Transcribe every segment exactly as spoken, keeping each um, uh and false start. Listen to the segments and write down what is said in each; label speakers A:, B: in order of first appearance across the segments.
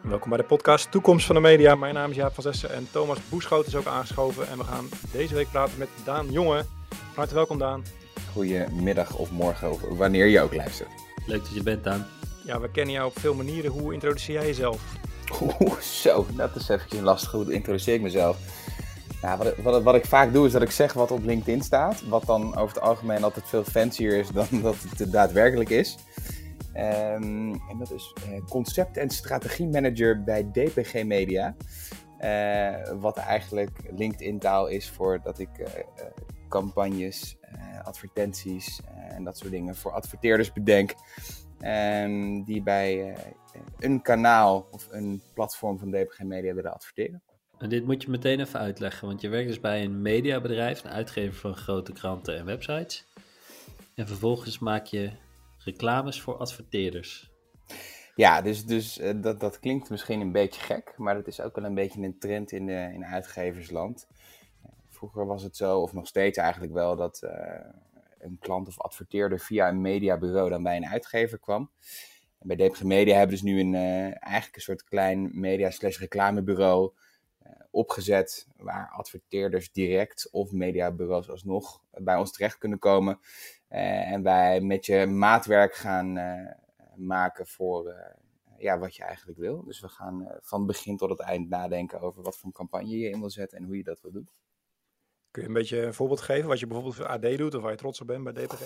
A: Welkom bij de podcast Toekomst van de Media. Mijn naam is Jaap van Zessen en Thomas Boeschoot is ook aangeschoven. En we gaan deze week praten met Daan Jonge. Van harte welkom, Daan.
B: Goedemiddag of morgen, of wanneer je ook luistert.
C: Leuk dat je bent, Daan.
A: Ja, we kennen jou op veel manieren. Hoe introduceer jij jezelf?
B: Oeh, zo, dat is eventjes lastig. Hoe introduceer ik mezelf? Nou, wat, wat, wat ik vaak doe is dat ik zeg wat op LinkedIn staat. Wat dan over het algemeen altijd veel fancier is dan dat het daadwerkelijk is. Um, en dat is uh, concept- en strategiemanager bij D P G Media. Uh, wat eigenlijk LinkedIn-taal is voor dat ik uh, uh, campagnes, uh, advertenties uh, en dat soort dingen voor adverteerders bedenk. Um, die bij uh, een kanaal of een platform van D P G Media willen adverteren.
C: En dit moet je meteen even uitleggen, want je werkt dus bij een mediabedrijf, een uitgever van grote kranten en websites. En vervolgens maak je reclames voor adverteerders.
B: Ja, dus, dus uh, dat, dat klinkt misschien een beetje gek, maar dat is ook wel een beetje een trend in, de, in uitgeversland. Uh, vroeger was het zo, of nog steeds eigenlijk wel, dat uh, een klant of adverteerder via een mediabureau dan bij een uitgever kwam. En bij D P G Media hebben we dus nu een, uh, eigenlijk een soort klein media slash reclamebureau uh, opgezet, waar adverteerders direct of mediabureaus alsnog bij ons terecht kunnen komen. Uh, en wij met je maatwerk gaan uh, maken voor uh, ja, wat je eigenlijk wil. Dus we gaan uh, van begin tot het eind nadenken over wat voor een campagne je in wil zetten en hoe je dat wil doen.
A: Kun je een beetje een voorbeeld geven wat je bijvoorbeeld voor A D doet of waar je trots op bent bij D P G?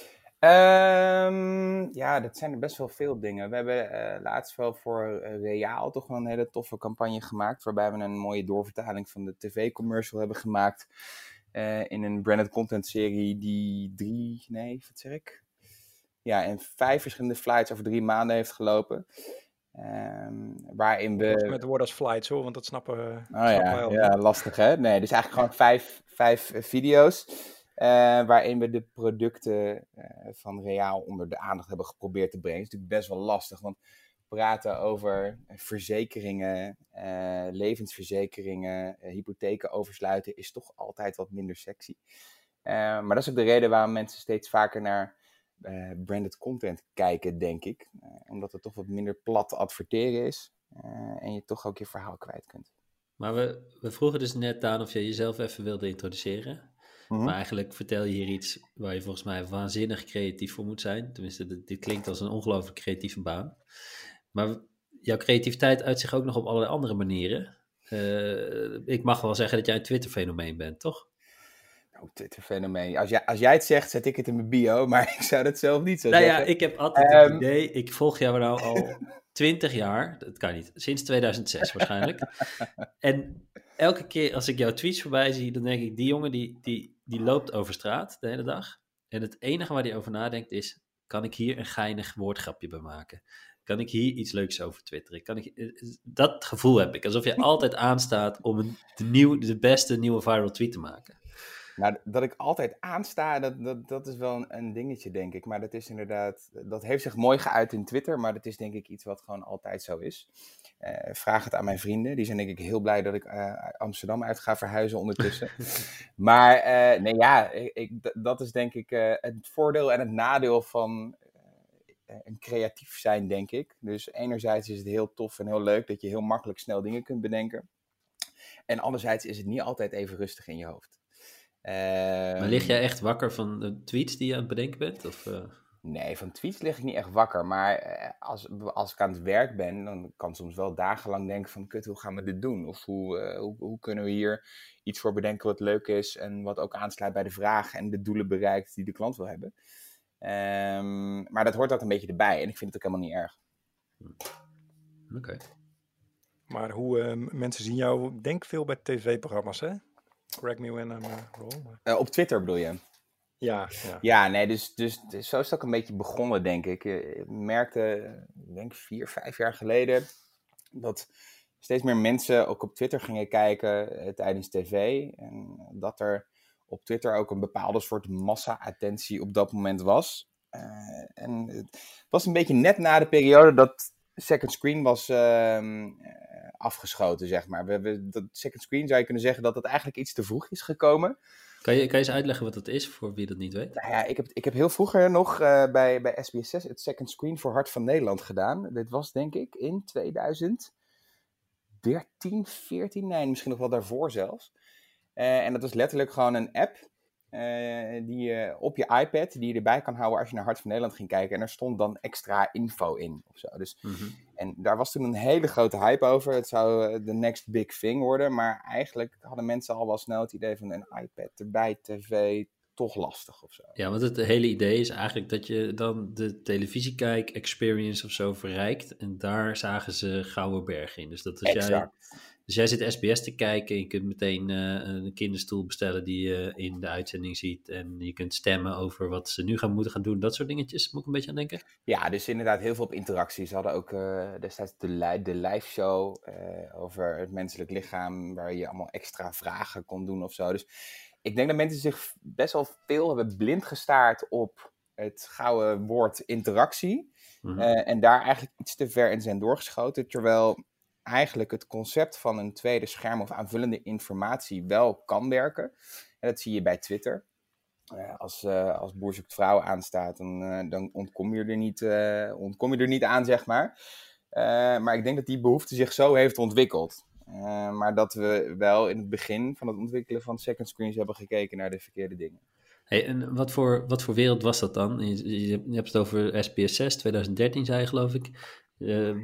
B: Um, ja, dat zijn er best wel veel dingen. We hebben uh, laatst wel voor uh, Reaal toch wel een hele toffe campagne gemaakt, waarbij we een mooie doorvertaling van de tv-commercial hebben gemaakt. Uh, in een branded content serie die drie, nee, wat zeg ik? Ja, in vijf verschillende flights over drie maanden heeft gelopen. Um, waarin we...
A: Met woorden als flights hoor, want dat snappen,
B: oh,
A: snappen
B: ja,
A: wij al.
B: Ja, lastig hè? Nee, dus eigenlijk gewoon vijf, vijf uh, video's. Uh, waarin we de producten uh, van Reaal onder de aandacht hebben geprobeerd te brengen. Dat is natuurlijk best wel lastig, want praten over verzekeringen, uh, levensverzekeringen, uh, hypotheken oversluiten is toch altijd wat minder sexy. Uh, maar dat is ook de reden waarom mensen steeds vaker naar uh, branded content kijken, denk ik. Uh, omdat het toch wat minder plat adverteren is uh, en je toch ook je verhaal kwijt kunt.
C: Maar we, we vroegen dus net aan of je jezelf even wilde introduceren. Mm-hmm. Maar eigenlijk vertel je hier iets waar je volgens mij waanzinnig creatief voor moet zijn. Tenminste, dit, dit klinkt als een ongelooflijk creatieve baan. Maar jouw creativiteit uit zich ook nog op allerlei andere manieren. Uh, ik mag wel zeggen dat jij een Twitter-fenomeen bent, toch?
B: Oh, Twitter-fenomeen. Als jij, als jij het zegt, zet ik het in mijn bio, maar ik zou dat zelf niet zo
C: nou
B: zeggen.
C: Nou ja, ik heb altijd um... het idee, ik volg jou nou al twintig jaar, dat kan niet, sinds tweeduizend zes waarschijnlijk. En elke keer als ik jouw tweets voorbij zie, dan denk ik, die jongen die, die, die loopt over straat de hele dag. En het enige waar hij over nadenkt is, kan ik hier een geinig woordgrapje bij maken? Kan ik hier iets leuks over twitteren? Kan ik, dat gevoel heb ik, alsof je altijd aanstaat om een, de, nieuw, de beste nieuwe viral tweet te maken.
B: Nou, dat ik altijd aansta, dat, dat, dat is wel een, een dingetje, denk ik. Maar dat is inderdaad, dat heeft zich mooi geuit in Twitter, maar dat is denk ik iets wat gewoon altijd zo is. Uh, vraag het aan mijn vrienden, die zijn denk ik heel blij dat ik uh, Amsterdam uit ga verhuizen ondertussen. maar uh, nee ja, ik, dat is denk ik uh, het voordeel en het nadeel van uh, een creatief zijn, denk ik. Dus enerzijds is het heel tof en heel leuk dat je heel makkelijk snel dingen kunt bedenken. En anderzijds is het niet altijd even rustig in je hoofd.
C: Uh, maar lig jij echt wakker van de tweets die je aan het bedenken bent? Of, uh...
B: Nee, van tweets lig ik niet echt wakker. Maar uh, als, als ik aan het werk ben, dan kan ik soms wel dagenlang denken van... Kut, hoe gaan we dit doen? Of hoe, uh, hoe, hoe kunnen we hier iets voor bedenken wat leuk is... en wat ook aansluit bij de vraag en de doelen bereikt die de klant wil hebben. Um, maar dat hoort ook een beetje erbij en ik vind het ook helemaal niet erg.
C: Oké. Okay.
A: Maar hoe uh, mensen zien jou, ik denk veel bij tv-programma's, hè? Correct me when I'm uh, wrong. Maar...
B: Uh, op Twitter bedoel je?
A: Ja, ja.
B: Ja, nee, dus, dus, dus zo is het ook een beetje begonnen, denk ik. Ik merkte, ik denk vier, vijf jaar geleden, dat steeds meer mensen ook op Twitter gingen kijken uh, tijdens tv. En dat er op Twitter ook een bepaalde soort massa-attentie op dat moment was. Uh, en het was een beetje net na de periode dat Second Screen was uh, uh, afgeschoten, zeg maar. We, we, dat Second Screen zou je kunnen zeggen dat het eigenlijk iets te vroeg is gekomen.
C: Kan je, kan je eens uitleggen wat dat is, voor wie dat niet weet?
B: Nou ja, ik heb, ik heb heel vroeger nog uh, bij, bij S B S zes het Second Screen voor Hart van Nederland gedaan. Dit was denk ik in tweeduizend dertien, veertien, nee, misschien nog wel daarvoor zelfs. Uh, en dat was letterlijk gewoon een app uh, die je op je iPad, die je erbij kan houden als je naar Hart van Nederland ging kijken. En er stond dan extra info in of zo. Dus, mm-hmm. En daar was toen een hele grote hype over. Het zou de next big thing worden. Maar eigenlijk hadden mensen al wel snel het idee van een iPad erbij, tv, toch lastig of zo.
C: Ja, want het hele idee is eigenlijk dat je dan de televisiekijk-experience of zo verrijkt. En daar zagen ze Gouden Berg in. Dus dat is jij, dus jij zit S B S te kijken en je kunt meteen uh, een kinderstoel bestellen die je in de uitzending ziet. En je kunt stemmen over wat ze nu gaan moeten gaan doen. Dat soort dingetjes, moet ik een beetje aan denken?
B: Ja, dus inderdaad heel veel op interacties. Ze hadden ook uh, destijds de, li- de live show uh, over het menselijk lichaam, waar je allemaal extra vragen kon doen of zo. Dus ik denk dat mensen zich best wel veel hebben blind gestaard op het gouden woord interactie. Mm-hmm. Uh, en daar eigenlijk iets te ver in zijn doorgeschoten. Terwijl eigenlijk het concept van een tweede scherm of aanvullende informatie wel kan werken. En dat zie je bij Twitter. Uh, als, uh, als Boer zoekt vrouw aanstaat, dan, uh, dan ontkom, je er niet, uh, ontkom je er niet aan, zeg maar. Uh, maar ik denk dat die behoefte zich zo heeft ontwikkeld. Uh, maar dat we wel in het begin van het ontwikkelen van second screens hebben gekeken naar de verkeerde dingen.
C: Hey, en wat voor, wat voor wereld was dat dan? Je, je, je hebt het over S B S zes, twintig dertien zei je, geloof ik. Uh,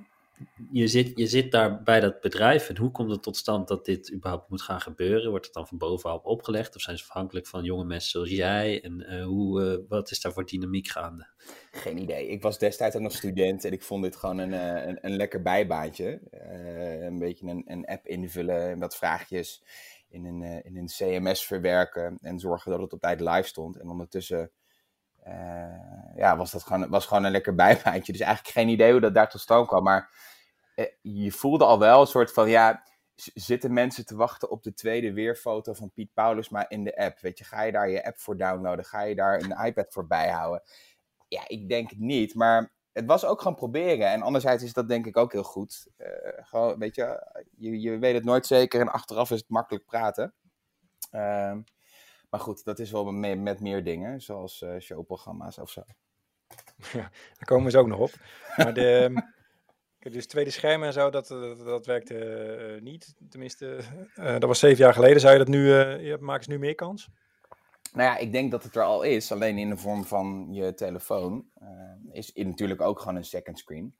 C: je, zit, je zit daar bij dat bedrijf. En hoe komt het tot stand dat dit überhaupt moet gaan gebeuren? Wordt het dan van bovenaf opgelegd? Of zijn ze afhankelijk van jonge mensen zoals jij? En uh, hoe, uh, wat is daar voor dynamiek gaande?
B: Geen idee. Ik was destijds ook nog student en ik vond dit gewoon een, een, een lekker bijbaantje. Uh, een beetje een, een app invullen, wat vraagjes in een, uh, in een C M S verwerken en zorgen dat het op tijd live stond. En ondertussen uh, ja, was dat gewoon, was gewoon een lekker bijbaantje. Dus eigenlijk geen idee hoe dat daar tot stand kwam. Maar uh, je voelde al wel een soort van, ja, z- zitten mensen te wachten op de tweede weerfoto van Piet Paulus, maar in de app. Weet je, ga je daar je app voor downloaden? Ga je daar een iPad voor bijhouden? Ja, ik denk het niet, maar het was ook gewoon proberen. En anderzijds is dat denk ik ook heel goed. Uh, gewoon, weet je, je, je weet het nooit zeker en achteraf is het makkelijk praten. Uh, maar goed, dat is wel met, met meer dingen, zoals uh, showprogramma's of zo.
A: Ja, daar komen we zo ook nog op. Maar de, dus tweede schermen en zo, dat, dat, dat werkte uh, niet. Tenminste, uh, dat was zeven jaar geleden. Zou je dat nu, uh, maken ze nu meer kans?
B: Nou ja, ik denk dat het er al is, alleen in de vorm van je telefoon. Uh, is het natuurlijk ook gewoon een second screen.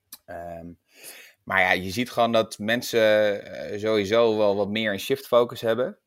B: Um, maar ja, je ziet gewoon dat mensen uh, sowieso wel wat meer een shift focus hebben.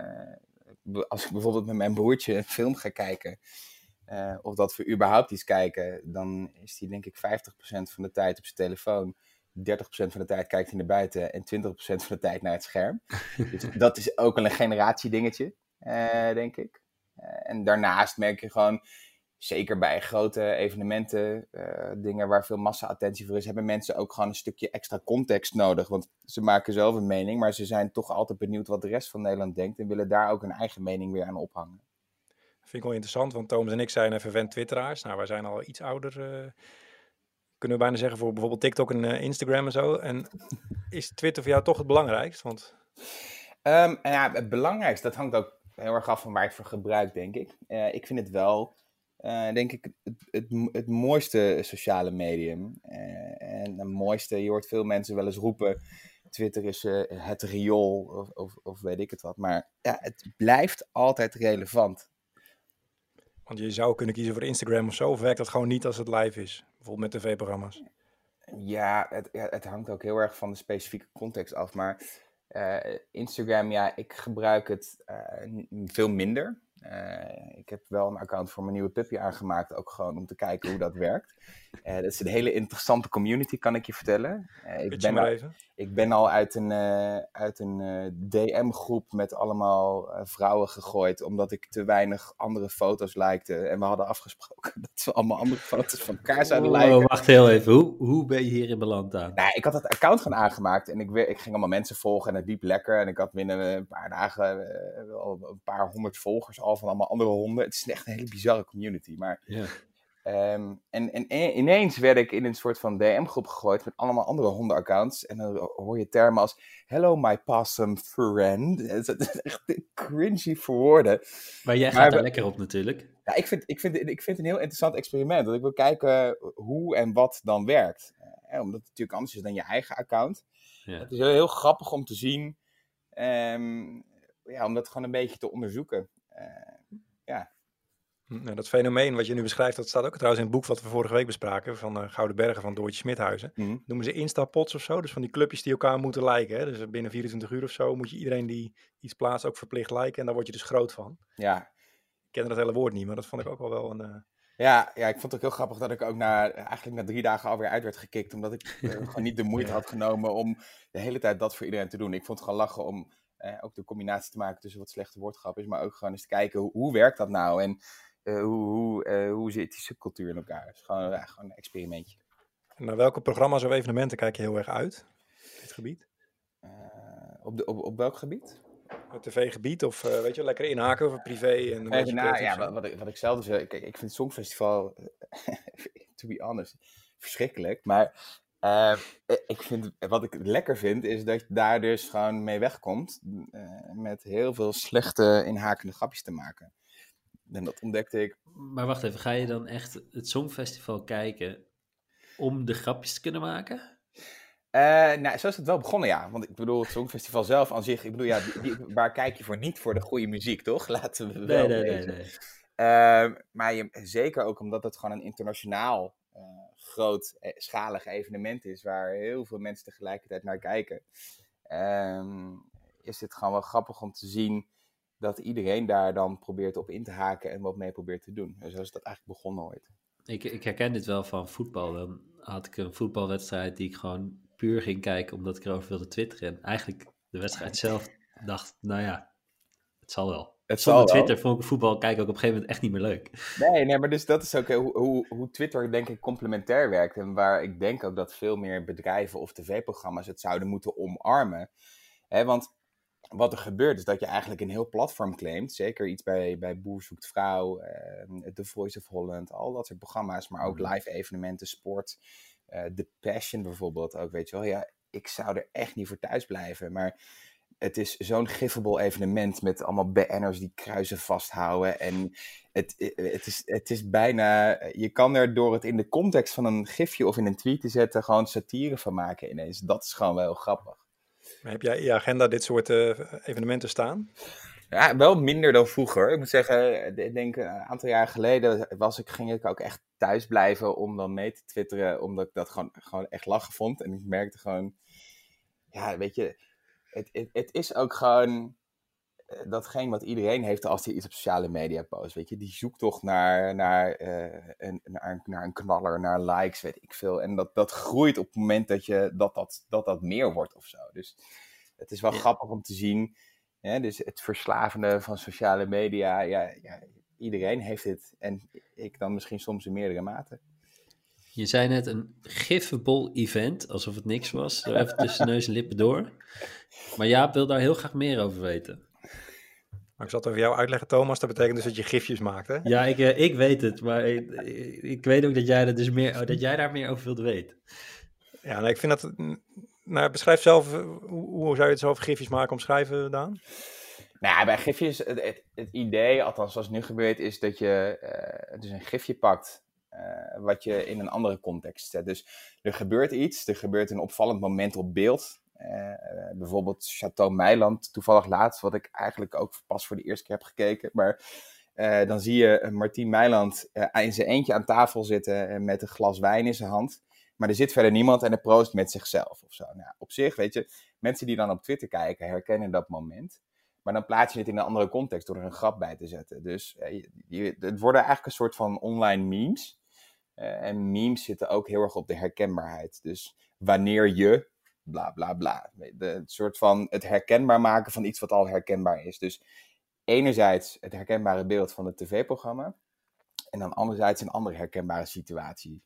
B: Uh, als ik bijvoorbeeld met mijn broertje een film ga kijken, uh, of dat we überhaupt iets kijken, dan is hij denk ik vijftig procent van de tijd op zijn telefoon. dertig procent van de tijd kijkt hij naar buiten en twintig procent van de tijd naar het scherm. Dus dat is ook wel een generatiedingetje, uh, denk ik. Uh, en daarnaast merk je gewoon, zeker bij grote evenementen, uh, dingen waar veel massa-attentie voor is, hebben mensen ook gewoon een stukje extra context nodig. Want ze maken zelf een mening, maar ze zijn toch altijd benieuwd wat de rest van Nederland denkt en willen daar ook hun eigen mening weer aan ophangen.
A: Vind ik wel interessant, want Thomas en ik zijn vervent twitteraars. Nou, wij zijn al iets ouder, uh, kunnen we bijna zeggen, voor bijvoorbeeld TikTok en uh, Instagram en zo. En is Twitter voor jou toch het belangrijkst? Want...
B: Um, ja, het belangrijkste, dat hangt ook heel erg af van waar je het voor gebruikt, denk ik. Uh, ik vind het wel, uh, denk ik, het, het, het mooiste sociale medium. Uh, en het mooiste, je hoort veel mensen wel eens roepen, Twitter is uh, het riool, of, of, of weet ik het wat. Maar ja, het blijft altijd relevant.
A: Want je zou kunnen kiezen voor Instagram of zo, of werkt dat gewoon niet als het live is? Bijvoorbeeld met tv-programma's.
B: Ja, het, ja, het hangt ook heel erg van de specifieke context af, maar... Uh, Instagram, ja, ik gebruik het uh, veel minder. Uh, ik heb wel een account voor mijn nieuwe puppy aangemaakt, ook gewoon om te kijken hoe dat werkt. Uh, dat is een hele interessante community, kan ik je vertellen. Uh, ik, ben al, ik ben al uit een, uh, uit een uh, D M-groep met allemaal uh, vrouwen gegooid, omdat ik te weinig andere foto's likte. En we hadden afgesproken dat we allemaal andere foto's van elkaar zouden liken.
C: Oh, wacht heel even, hoe, hoe ben je hierin beland aan?
B: Nou, ik had dat account gewoon aangemaakt en ik, ik ging allemaal mensen volgen en het liep lekker. En ik had binnen een paar dagen uh, al een paar honderd volgers al van allemaal andere honden. Het is echt een hele bizarre community, maar...
C: Ja.
B: Um, en, en ineens werd ik in een soort van D M-groep gegooid met allemaal andere hondenaccounts. En dan hoor je termen als, hello my possum friend. Het is echt cringy voor woorden.
C: Maar jij gaat maar, er lekker op natuurlijk.
B: Ja, ik vind, ik, vind, ik vind het een heel interessant experiment. Want ik wil kijken hoe en wat dan werkt. Eh, omdat het natuurlijk anders is dan je eigen account.
C: Ja.
B: Het is heel, heel grappig om te zien. Um, ja, om dat gewoon een beetje te onderzoeken. Uh, ja.
A: Nou, dat fenomeen wat je nu beschrijft, dat staat ook trouwens in het boek wat we vorige week bespraken, van uh, Gouden Bergen van Doortje Smithuizen.
B: Mm-hmm.
A: Noemen ze Instapots of zo, dus van die clubjes die elkaar moeten liken. Hè? Dus binnen vierentwintig uur of zo moet je iedereen die iets plaatst ook verplicht liken en daar word je dus groot van.
B: Ja.
A: Ik kende dat hele woord niet, maar dat vond ik ook wel wel een... Uh...
B: Ja, ja, ik vond het ook heel grappig dat ik ook na, eigenlijk na drie dagen alweer uit werd gekikt, omdat ik uh, gewoon niet de moeite ja. had genomen om de hele tijd dat voor iedereen te doen. Ik vond het gewoon lachen om uh, ook de combinatie te maken tussen wat slechte woordgrapjes, maar ook gewoon eens te kijken hoe, hoe werkt dat nou en uh, hoe, hoe, uh, hoe zit die subcultuur in elkaar. Het is gewoon, uh, gewoon een experimentje.
A: En naar welke programma's of evenementen kijk je heel erg uit op dit gebied?
B: Uh, op, de, op, op welk gebied?
A: Het tv-gebied of uh, weet je, lekker inhaken over privé en
B: Even na, ja, wat, wat, ik, wat ik zelf dus, kijk, ik vind het Songfestival, to be honest, verschrikkelijk. Maar uh, ik vind, wat ik lekker vind, is dat je daar dus gewoon mee wegkomt uh, met heel veel slechte inhakende grapjes te maken. En dat ontdekte ik.
C: Maar wacht even, ga je dan echt het Songfestival kijken om de grapjes te kunnen maken?
B: Uh, nou, zo is het wel begonnen, ja. Want ik bedoel, het Songfestival zelf aan zich, ik bedoel, ja, die, die, waar kijk je voor? Niet voor de goede muziek, toch? Laten we wel
C: nee, nee,
B: weten.
C: nee, nee.
B: Uh, maar je, zeker ook omdat het gewoon een internationaal uh, grootschalig evenement is, waar heel veel mensen tegelijkertijd naar kijken, um, is het gewoon wel grappig om te zien dat iedereen daar dan probeert op in te haken en wat mee probeert te doen. Zo is dat eigenlijk begonnen ooit.
C: Ik, ik herken dit wel van voetbal. Dan had ik een voetbalwedstrijd die ik gewoon puur ging kijken omdat ik erover wilde twitteren. En eigenlijk de wedstrijd zelf dacht, nou ja, het zal wel.
B: Het
C: Zonder
B: zal
C: Twitter
B: wel.
C: vond ik voetbal kijken ook op een gegeven moment echt niet meer leuk.
B: Nee, nee, maar dus dat is ook hoe, hoe, hoe Twitter denk ik complementair werkt. En waar ik denk ook dat veel meer bedrijven of tv-programma's het zouden moeten omarmen. Hè, want wat er gebeurt is dat je eigenlijk een heel platform claimt. Zeker iets bij, bij Boer Zoekt Vrouw, uh, The Voice of Holland, al dat soort programma's. Maar ook live evenementen, sport, uh, The Passion bijvoorbeeld ook, weet je wel. Ja, ik zou er echt niet voor thuis blijven, maar het is zo'n giffable evenement met allemaal B N'ers die kruisen vasthouden. En het, het, is, het is bijna, je kan er door het in de context van een gifje of in een tweet te zetten gewoon satire van maken ineens. Dat is gewoon wel grappig.
A: Maar heb jij in je agenda dit soort uh, evenementen staan?
B: Ja, wel minder dan vroeger. Ik moet zeggen, ik denk een aantal jaar geleden was ik, ging ik ook echt thuis blijven om dan mee te twitteren, omdat ik dat gewoon, gewoon echt lachen vond. En ik merkte gewoon, ja, weet je, het, het, het is ook gewoon datgene wat iedereen heeft als hij iets op sociale media post, weet je. Die zoekt toch naar, naar, uh, een, naar, naar een knaller, naar likes, weet ik veel. En dat, dat groeit op het moment dat, je, dat, dat, dat dat meer wordt of zo. Dus het is wel ja. grappig om te zien. Hè? Dus het verslavende van sociale media, ja, ja, iedereen heeft dit. En ik dan misschien soms in meerdere maten.
C: Je zei net een giffable event, alsof het niks was. Zo even tussen neus en lippen door. Maar Jaap wil daar heel graag meer over weten.
A: Maar ik zal het over jou uitleggen, Thomas. Dat betekent dus dat je gifjes maakt, hè?
C: Ja, ik, uh, ik weet het. Maar ik, ik weet ook dat jij, dat dus meer, dat jij daar meer over wilde weten.
A: Ja, nee, ik vind dat... Nou, beschrijf zelf, hoe, hoe zou je het zo over gifjes maken omschrijven, Daan?
B: Nou ja, bij gifjes, het, het, het idee, althans zoals het nu gebeurt, is dat je uh, dus een gifje pakt uh, wat je in een andere context zet. Dus er gebeurt iets, er gebeurt een opvallend moment op beeld. Uh, bijvoorbeeld Château Meiland, toevallig laatst, wat ik eigenlijk ook pas voor de eerste keer heb gekeken. Maar uh, dan zie je Martien Meiland uh, in zijn eentje aan tafel zitten uh, met een glas wijn in zijn hand. Maar er zit verder niemand en hij proost met zichzelf of zo. Nou, op zich, weet je, mensen die dan op Twitter kijken herkennen dat moment. Maar dan plaats je het in een andere context door er een grap bij te zetten. Dus uh, je, je, het worden eigenlijk een soort van online memes. Uh, en memes zitten ook heel erg op de herkenbaarheid. Dus wanneer je... bla bla bla. De, het soort van het herkenbaar maken van iets wat al herkenbaar is. Dus enerzijds het herkenbare beeld van het tv-programma. En dan anderzijds een andere herkenbare situatie.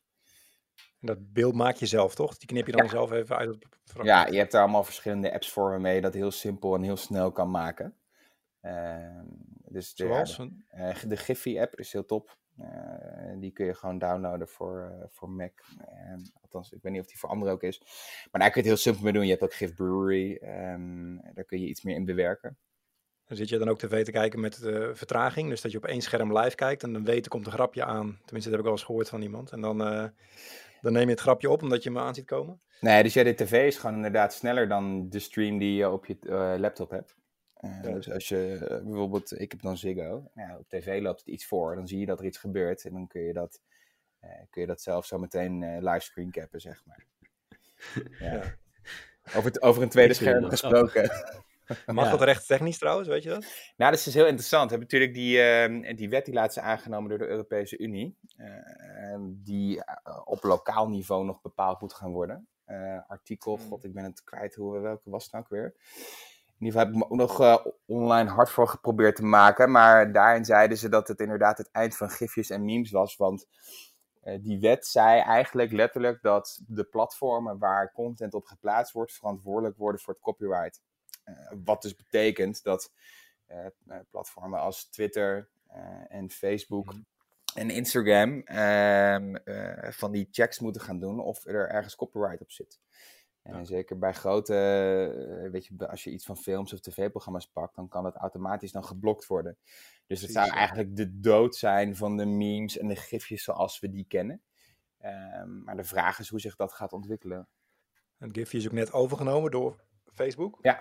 A: En dat beeld maak je zelf, toch? Die knip je dan
B: ja.
A: zelf even uit. Het
B: ja, je hebt daar allemaal verschillende apps voor waarmee je dat heel simpel en heel snel kan maken. Uh, dus de,
A: Zoals?
B: Ja, de, uh, de Giphy-app is heel top. Uh, die kun je gewoon downloaden voor, uh, voor Mac. Uh, althans, ik weet niet of die voor anderen ook is. Maar daar kun je het heel simpel mee doen. Je hebt ook GIF Brewery. Um, daar kun je iets meer in bewerken.
A: Dan zit je dan ook tv te kijken met uh, vertraging. Dus dat je op één scherm live kijkt. En dan weet, er komt een grapje aan. Tenminste, dat heb ik al eens gehoord van iemand. En dan uh, Dan neem je het grapje op omdat je me aan ziet komen.
B: Nee, dus ja, de tv is gewoon inderdaad sneller dan de stream die je op je uh, laptop hebt. Uh, ja. Dus als je uh, bijvoorbeeld, ik heb dan Ziggo, nou, op tv loopt het iets voor, dan zie je dat er iets gebeurt en dan kun je dat, uh, kun je dat zelf zo meteen uh, live screen cappen, zeg maar. Ja. Ja. Over, t- over een tweede scherm gesproken.
A: Mag ja. dat recht technisch trouwens, weet je dat?
B: Nou, dat is dus heel interessant. We hebben natuurlijk die, uh, die wet die laatst is aangenomen door de Europese Unie, uh, die uh, op lokaal niveau nog bepaald moet gaan worden. Uh, artikel, god, ik ben het kwijt, hoe, welke was het nou ook weer? In ieder geval heb ik me ook nog uh, online hard voor geprobeerd te maken, maar daarin zeiden ze dat het inderdaad het eind van gifjes en memes was, want uh, die wet zei eigenlijk letterlijk dat de platformen waar content op geplaatst wordt verantwoordelijk worden voor het copyright. Uh, wat dus betekent dat uh, platformen als Twitter uh, en Facebook mm-hmm. en Instagram uh, uh, van die checks moeten gaan doen of er ergens copyright op zit. En ja. zeker bij grote, uh, weet je, als je iets van films of tv-programma's pakt, dan kan dat automatisch dan geblokt worden. Dus het zou eigenlijk de dood zijn van de memes en de gifjes zoals we die kennen. Uh, maar de vraag is hoe zich dat gaat ontwikkelen.
A: Het gifje is ook net overgenomen door Facebook.
B: Ja.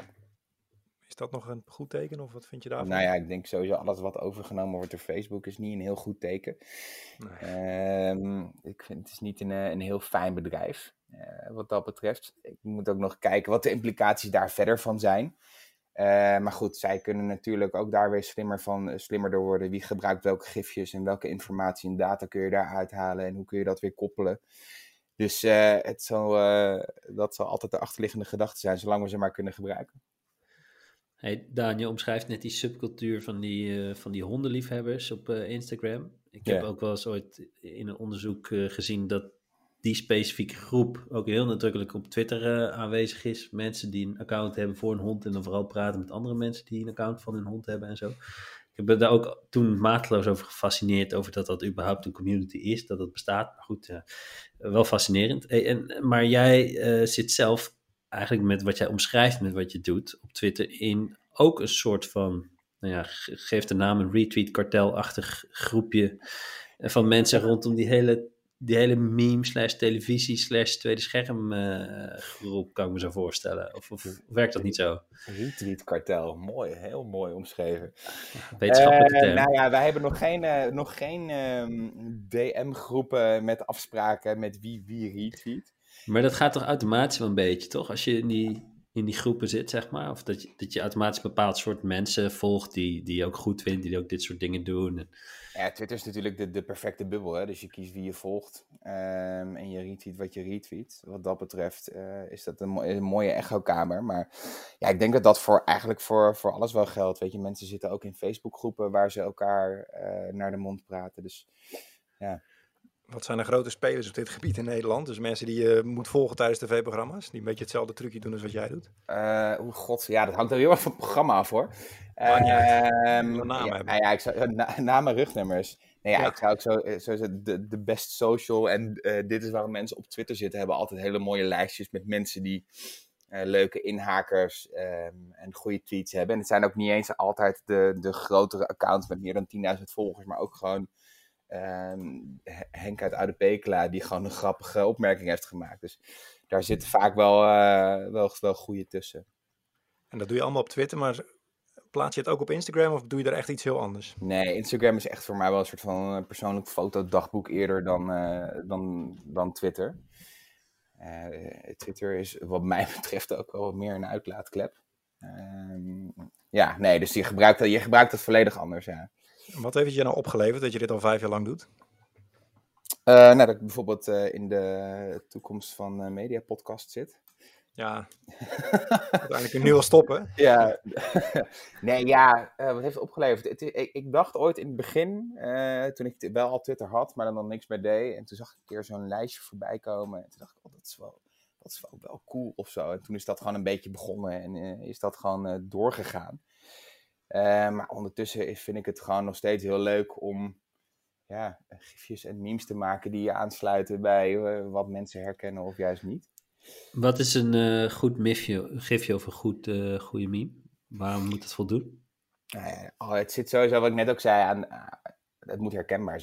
A: Is dat nog een goed teken of wat vind je daarvan?
B: Nou ja, ik denk sowieso alles wat overgenomen wordt door Facebook is niet een heel goed teken. Nee. Um, ik vind het is niet een, een heel fijn bedrijf uh, wat dat betreft. Ik moet ook nog kijken wat de implicaties daar verder van zijn. Uh, maar goed, zij kunnen natuurlijk ook daar weer slimmer, van, slimmer door worden. Wie gebruikt welke gifjes en welke informatie en data kun je daar uithalen en hoe kun je dat weer koppelen. Dus uh, het zal, uh, dat zal altijd de achterliggende gedachte zijn, zolang we ze maar kunnen gebruiken.
C: Hey, Daan, je omschrijft net die subcultuur van die, uh, van die hondenliefhebbers op uh, Instagram. Ik heb yeah. ook wel eens ooit in een onderzoek uh, gezien dat die specifieke groep ook heel nadrukkelijk op Twitter uh, aanwezig is. Mensen die een account hebben voor een hond en dan vooral praten met andere mensen die een account van hun hond hebben en zo. Ik ben daar ook toen mateloos over gefascineerd over dat dat überhaupt een community is, dat dat bestaat. Maar goed, uh, wel fascinerend. Hey, en, maar jij uh, zit zelf eigenlijk met wat jij omschrijft met wat je doet op Twitter in ook een soort van, nou ja, geef de naam een retweet-kartelachtig groepje van mensen rondom die hele, die hele meme slash televisie slash tweede scherm uh, groep, kan ik me zo voorstellen. Of, of, of werkt dat niet zo?
B: Retweet-kartel, mooi, heel mooi omschreven.
C: Wetenschappelijke term.
B: Uh, nou ja, wij hebben nog geen, uh, nog geen um, D M-groepen met afspraken met wie wie retweet.
C: Maar dat gaat toch automatisch wel een beetje, toch? Als je in die, in die groepen zit, zeg maar. Of dat je, dat je automatisch een bepaald soort mensen volgt die, die je ook goed vindt, die ook dit soort dingen doen.
B: Ja, Twitter is natuurlijk de, de perfecte bubbel, hè. Dus je kiest wie je volgt um, en je retweet wat je retweet. Wat dat betreft uh, is dat een, mo- een mooie echokamer. Maar ja, ik denk dat dat voor, eigenlijk voor, voor alles wel geldt. Weet je, mensen zitten ook in Facebookgroepen waar ze elkaar uh, naar de mond praten. Dus ja...
A: Wat zijn de grote spelers op dit gebied in Nederland? Dus mensen die je moet volgen tijdens tv-programma's, die een beetje hetzelfde trucje doen als wat jij doet?
B: Uh, oh god, ja, dat hangt er heel erg van het programma af, hoor. Uh,
A: um, namen
B: ja,
A: hebben.
B: Ja, ik zou, na, namen, rugnummers. Nee, ja, ja. Ik zou ook zo, zo de, de best social en uh, dit is waarom mensen op Twitter zitten, hebben altijd hele mooie lijstjes met mensen die uh, leuke inhakers um, en goede tweets hebben. En het zijn ook niet eens altijd de, de grotere accounts met meer dan tienduizend volgers, maar ook gewoon Um, Henk uit Oude Pekela, die gewoon een grappige opmerking heeft gemaakt. Dus daar zitten vaak wel, uh, wel, wel goede tussen.
A: En dat doe je allemaal op Twitter, maar plaats je het ook op Instagram of doe je er echt iets heel anders?
B: Nee, Instagram is echt voor mij wel een soort van persoonlijk fotodagboek eerder dan, uh, dan, dan Twitter. Uh, Twitter is wat mij betreft ook wel wat meer een uitlaatklep. Uh, ja, nee, dus je gebruikt, je gebruikt het volledig anders, ja.
A: Wat heeft het je nou opgeleverd dat je dit al vijf jaar lang doet?
B: Uh, nou, dat ik bijvoorbeeld uh, in de toekomst van uh, Media Podcast zit.
A: Ja, uiteindelijk kun je nu wel stoppen.
B: Ja, nee, ja, uh, wat heeft het opgeleverd? Het, ik, ik dacht ooit in het begin, uh, toen ik wel al Twitter had, maar dan nog niks meer deed. En toen zag ik een keer zo'n lijstje voorbij komen. En toen dacht ik, oh, dat is wel, dat is wel, wel cool of zo. En toen is dat gewoon een beetje begonnen en uh, is dat gewoon uh, doorgegaan. Uh, maar ondertussen is, vind ik het gewoon nog steeds heel leuk om ja, gifjes en memes te maken die je aansluiten bij uh, wat mensen herkennen of juist niet.
C: Wat is een uh, goed mifje, gifje of een goed, uh, goede meme? Waarom moet het voldoen?
B: Uh, oh, het zit sowieso, wat ik net ook zei, aan, uh, het moet herkenbaar zijn.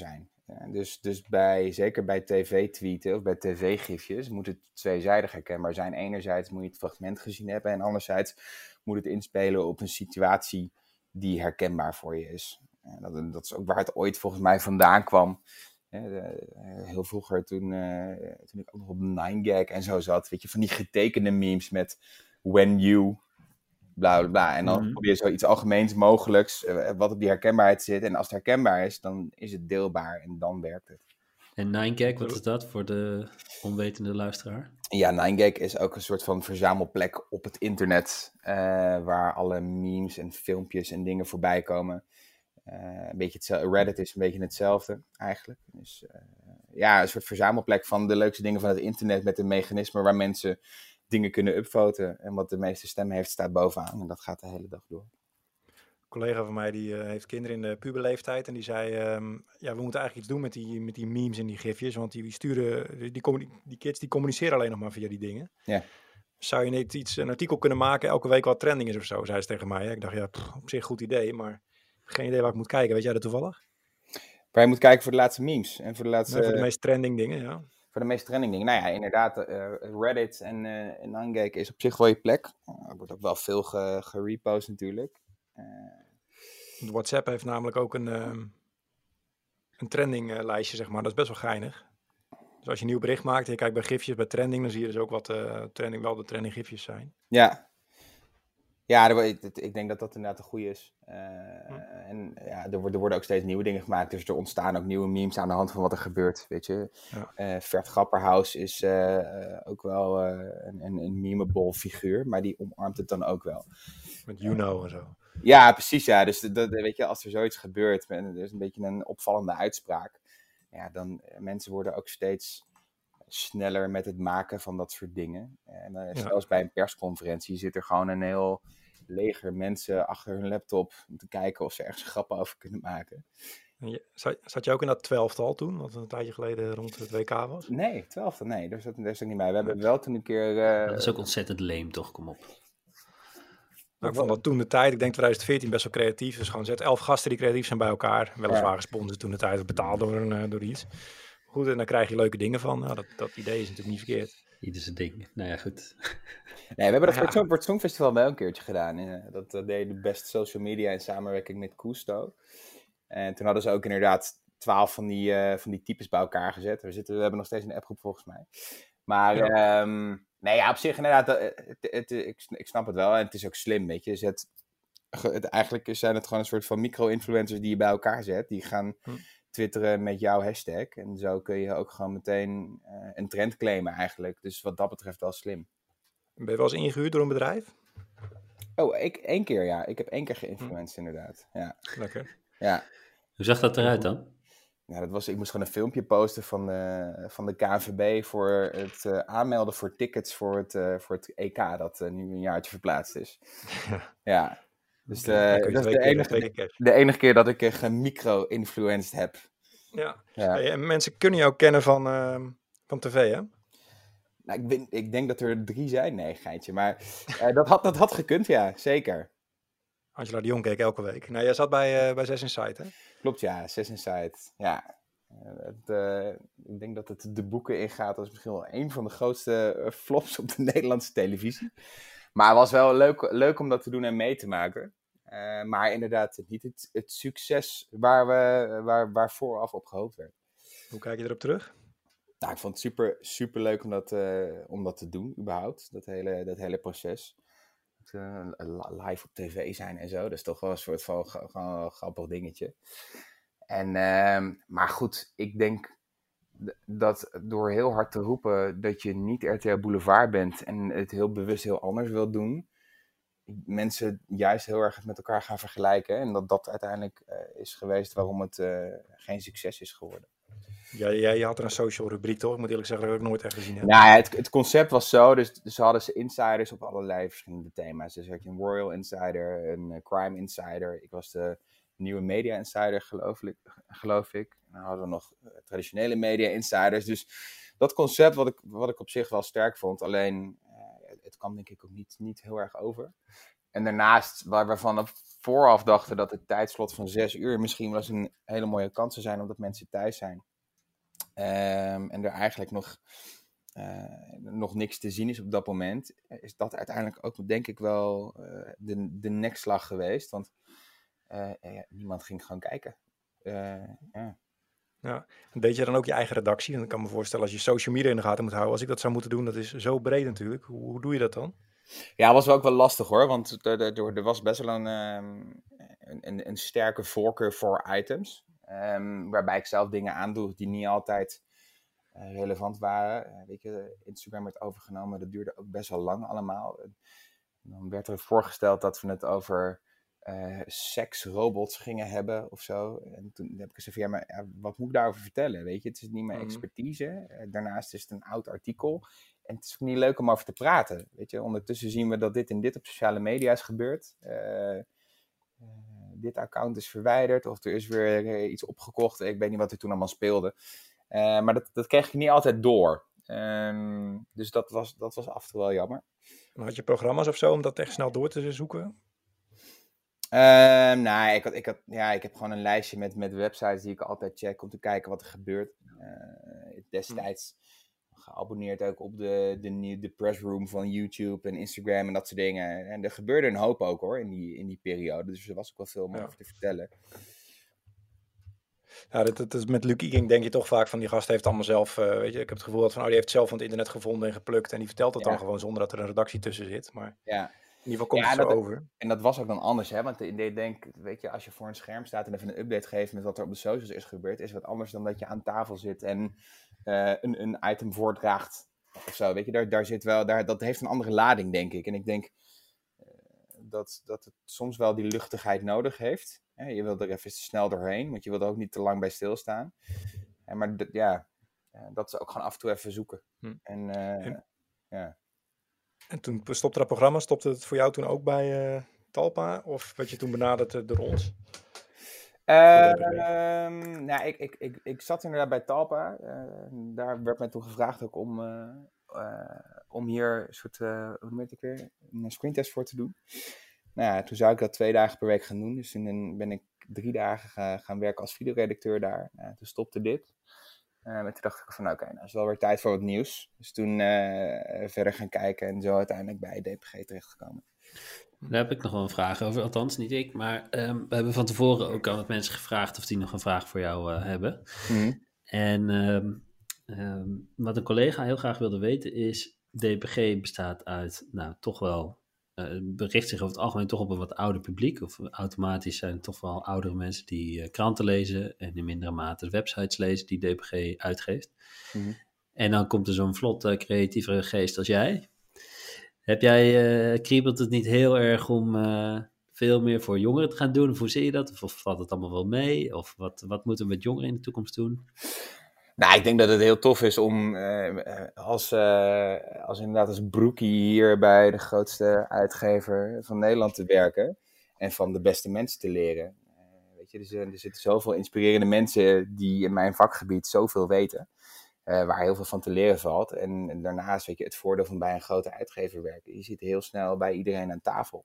B: Ja, dus dus bij, zeker bij tv-tweeten of bij tv-gifjes moet het tweezijdig herkenbaar zijn. Enerzijds moet je het fragment gezien hebben en anderzijds moet het inspelen op een situatie die herkenbaar voor je is. En dat, dat is ook waar het ooit volgens mij vandaan kwam. Ja, de, heel vroeger toen, uh, toen ik ook nog op nine gag en zo zat, weet je, van die getekende memes met when you, bla bla bla. En dan
C: Mhm.
B: probeer je zoiets algemeens mogelijks, uh, wat op die herkenbaarheid zit. En als het herkenbaar is, dan is het deelbaar en dan werkt het.
C: En nine gag, wat is dat voor de onwetende luisteraar?
B: Ja, nine gag is ook een soort van verzamelplek op het internet, uh, waar alle memes en filmpjes en dingen voorbij komen. Uh, een beetje hetzelfde. Reddit is een beetje hetzelfde eigenlijk. Dus uh, ja, een soort verzamelplek van de leukste dingen van het internet met een mechanisme waar mensen dingen kunnen upvoten. En wat de meeste stemmen heeft staat bovenaan en dat gaat de hele dag door.
A: Een collega van mij die uh, heeft kinderen in de puberleeftijd en die zei, um, ja, we moeten eigenlijk iets doen met die, met die memes en die gifjes, want die, die sturen, die, die, die kids die communiceren alleen nog maar via die dingen.
B: Ja.
A: Zou je niet iets, een artikel kunnen maken, elke week wat trending is of zo, zei ze tegen mij. Hè? Ik dacht, ja, pff, op zich een goed idee, maar geen idee waar ik moet kijken. Weet jij dat toevallig?
B: Waar je moet kijken voor de laatste memes en voor de laatste...
A: Nee, voor de meest trending dingen, ja.
B: Voor de meest trending dingen. Nou ja, inderdaad, uh, Reddit en uh, nine gag is op zich wel je plek. Uh, er wordt ook wel veel ge- gerepost natuurlijk. Uh,
A: WhatsApp heeft namelijk ook een, um, een trending uh, lijstje, zeg maar. Dat is best wel geinig. Dus als je een nieuw bericht maakt en je kijkt bij gifjes, bij trending, dan zie je dus ook wat uh, trending, wel de trending gifjes zijn.
B: Ja. Ja, ik denk dat dat inderdaad een goede is. Uh, hm. En ja, er worden, er worden ook steeds nieuwe dingen gemaakt. Dus er ontstaan ook nieuwe memes aan de hand van wat er gebeurt, weet je. Ja. Uh, Vert Grapperhaus is uh, uh, ook wel uh, een, een, een memeable figuur, maar die omarmt het dan ook wel.
A: Met you know en zo.
B: Ja, precies, ja. Dus dat, weet je, als er zoiets gebeurt, en er is een beetje een opvallende uitspraak, ja, dan uh, mensen worden ook steeds sneller met het maken van dat soort dingen. En uh, zelfs ja. bij een persconferentie zit er gewoon een heel leger mensen achter hun laptop om te kijken of ze ergens grappen over kunnen maken.
A: Je, zat, zat je ook in dat twaalftal toen, wat een tijdje geleden rond het W K was?
B: Nee, twaalftal, nee, daar zat, daar zat ik niet bij. We hebben wel toen een keer... Uh,
C: dat is ook ontzettend leem, toch? Kom op.
A: Nou, ik vond dat toen de tijd, ik denk twintig veertien, best wel creatief. Dus gewoon zet elf gasten die creatief zijn bij elkaar. Weliswaar ja. gesponsord toen de tijd, betaald door, een, door iets. Goed, en dan krijg je leuke dingen van. Nou, dat, dat idee is natuurlijk niet verkeerd.
C: Ieder zijn ding. Nou ja, goed.
B: Nee, we hebben dat ja. voor, het, voor het Songfestival wel een keertje gedaan. Dat, dat deed de best social media in samenwerking met Kusto. En toen hadden ze ook inderdaad twaalf van die, uh, van die types bij elkaar gezet. We, zitten, we hebben nog steeds een appgroep volgens mij. Maar ja. Um, nee, ja, op zich inderdaad, het, het, het, ik, ik snap het wel. En het is ook slim, weet je. Zet, het, eigenlijk zijn het gewoon een soort van micro-influencers die je bij elkaar zet. Die gaan... Hm. twitteren met jouw hashtag. En zo kun je ook gewoon meteen uh, een trend claimen eigenlijk. Dus wat dat betreft wel slim.
A: Ben je wel eens ingehuurd door een bedrijf?
B: Oh, ik één keer ja. Ik heb één keer geïnfluenced hm. inderdaad. Ja.
A: Lekker.
B: Ja.
C: Hoe zag dat eruit dan?
B: Ja, dat was, ik moest gewoon een filmpje posten van de, van de K N V B voor het uh, aanmelden voor tickets voor het, uh, voor het E K dat uh, nu een jaartje verplaatst is. Ja. ja. Dus de, dat is de enige, de enige keer dat ik uh, micro-influenced heb.
A: Ja, ja. Hey, en mensen kunnen jou kennen van, uh, van tv, hè?
B: Nou, ik, ben, ik denk dat er drie zijn. Nee, geintje. Maar uh, dat, had, dat had gekund, ja. Zeker.
A: Angela de Jong keek elke week. Nou, jij zat bij, uh, bij zes Inside, hè?
B: Klopt, ja. zes Inside. Ja. Uh, het, uh, ik denk dat het de boeken ingaat als misschien wel een van de grootste uh, flops op de Nederlandse televisie. Maar het was wel leuk, leuk om dat te doen en mee te maken. Uh, maar inderdaad, niet het, het succes waar, we, waar, waar vooraf op gehoopt werd.
A: Hoe kijk je erop terug?
B: Nou, ik vond het super, super leuk om dat, uh, om dat te doen, überhaupt. Dat hele, dat hele proces. Uh, live op tv zijn en zo. Dat is toch wel een soort van gewoon een grappig dingetje. En, uh, maar goed, ik denk dat door heel hard te roepen dat je niet R T L Boulevard bent en het heel bewust heel anders wilt doen, mensen juist heel erg met elkaar gaan vergelijken. En dat dat uiteindelijk uh, is geweest waarom het uh, geen succes is geworden.
A: Ja, jij je had er een social rubriek, toch? Ik moet eerlijk zeggen dat ik het nooit echt gezien heb.
B: Nou ja, het, het concept was zo. Dus, dus hadden ze insiders op allerlei verschillende thema's. Dus had je een Royal Insider, een uh, Crime Insider. Ik was de nieuwe Media Insider, geloof ik. Geloof ik. En dan hadden we nog uh, traditionele Media Insiders. Dus dat concept wat ik, wat ik op zich wel sterk vond. Alleen, uh, het kwam denk ik ook niet, niet heel erg over. en daarnaast, waar we van vooraf dachten dat het tijdslot van zes uur misschien wel eens een hele mooie kans zou zijn, omdat mensen thuis zijn. Um, en er eigenlijk nog, uh, nog niks te zien is op dat moment, is dat uiteindelijk ook, denk ik, wel uh, de, de nekslag geweest. Want uh, ja, niemand ging gewoon kijken. Uh, ja.
A: Ja. Deed je dan ook je eigen redactie? En ik kan me voorstellen, als je social media in de gaten moet houden, als ik dat zou moeten doen, dat is zo breed natuurlijk. Hoe, hoe doe je dat dan?
B: Ja, was wel ook wel lastig hoor, want er, er, er was best wel een, um, een, een sterke voorkeur voor items. Um, waarbij ik zelf dingen aandoe die niet altijd uh, relevant waren. Uh, weet je, Instagram werd overgenomen, dat duurde ook best wel lang allemaal. En dan werd er voorgesteld dat we het over uh, seksrobots gingen hebben of zo. En toen heb ik gezegd van, ja, maar ja, wat moet ik daarover vertellen? Weet je, het is niet mijn expertise. Uh, daarnaast is het een oud artikel. En het is ook niet leuk om over te praten. Weet je, ondertussen zien we dat dit en dit op sociale media is gebeurd. Uh, uh, dit account is verwijderd of er is weer uh, iets opgekocht. Ik weet niet wat er toen allemaal speelde. Uh, maar dat, dat kreeg ik niet altijd door. Um, dus dat was, dat was af en toe wel jammer.
A: Had je programma's of zo om dat echt snel door te zoeken?
B: Uh, nou, ik, had, ik, had, ja, ik heb gewoon een lijstje met, met websites die ik altijd check om te kijken wat er gebeurt. Uh, destijds geabonneerd ook op de, de, de pressroom van YouTube en Instagram en dat soort dingen. En er gebeurde een hoop ook hoor, in die, in die periode. Dus er was ook wel veel om ja. over te vertellen.
A: Ja, dat, dat is met Luc Ikink denk je toch vaak van die gast heeft allemaal zelf, uh, weet je, ik heb het gevoel dat van, oh, die heeft zelf van het internet gevonden en geplukt en die vertelt het ja. dan gewoon zonder dat er een redactie tussen zit. Maar
B: ja.
A: in ieder geval komt
B: ja,
A: het zo
B: dat,
A: over.
B: En dat was ook dan anders, hè, want ik denk, weet je, als je voor een scherm staat en even een update geeft met wat er op de socials is gebeurd, is wat anders dan dat je aan tafel zit en uh, een, een item voordraagt of zo, weet je, daar, daar zit wel, daar, dat heeft een andere lading, denk ik. En ik denk uh, dat, dat het soms wel die luchtigheid nodig heeft. Hè? Je wil er even snel doorheen, want je wil er ook niet te lang bij stilstaan. En maar d- ja, uh, dat is ook gewoon af en toe even zoeken. Hm. En, uh, en, ja.
A: en toen stopte dat programma, stopte het voor jou toen ook bij uh, Talpa? Of werd je toen benaderd uh, door ons?
B: Uh, um, nou, ik, ik, ik, ik zat inderdaad bij Talpa. Uh, daar werd mij toen gevraagd ook om, uh, uh, om hier een soort, uh, hoe noem ik weer, een screentest voor te doen. Nou ja, toen zou ik dat twee dagen per week gaan doen. Dus toen ben ik drie dagen ga, gaan werken als videoredacteur daar. Uh, toen stopte dit. Uh, en toen dacht ik van, oké, okay, nou is wel weer tijd voor wat nieuws. Dus toen uh, verder gaan kijken en zo uiteindelijk bij D P G terechtgekomen.
C: Daar heb ik nog wel een vraag over, althans niet ik, maar um, we hebben van tevoren ook aan wat mensen gevraagd of die nog een vraag voor jou uh, hebben. Mm-hmm. En um, um, wat een collega heel graag wilde weten is, D P G bestaat uit, nou toch wel, uh, bericht zich over het algemeen toch op een wat ouder publiek, of automatisch zijn het toch wel oudere mensen die uh, kranten lezen en in mindere mate websites lezen die D P G uitgeeft. Mm-hmm. En dan komt er zo'n vlot uh, creatievere geest als jij. Heb jij, uh, kriebelt het niet heel erg om uh, veel meer voor jongeren te gaan doen? Of hoe zie je dat? Of, of valt het allemaal wel mee? Of wat, wat moeten we met jongeren in de toekomst doen?
B: Nou, ik denk dat het heel tof is om uh, als, uh, als inderdaad als broekie hier bij de grootste uitgever van Nederland te werken. En van de beste mensen te leren. Uh, weet je, dus, er zitten zoveel inspirerende mensen die in mijn vakgebied zoveel weten. Uh, waar heel veel van te leren valt. En, en daarnaast, weet je, het voordeel van bij een grote uitgever werken. Je zit heel snel bij iedereen aan tafel.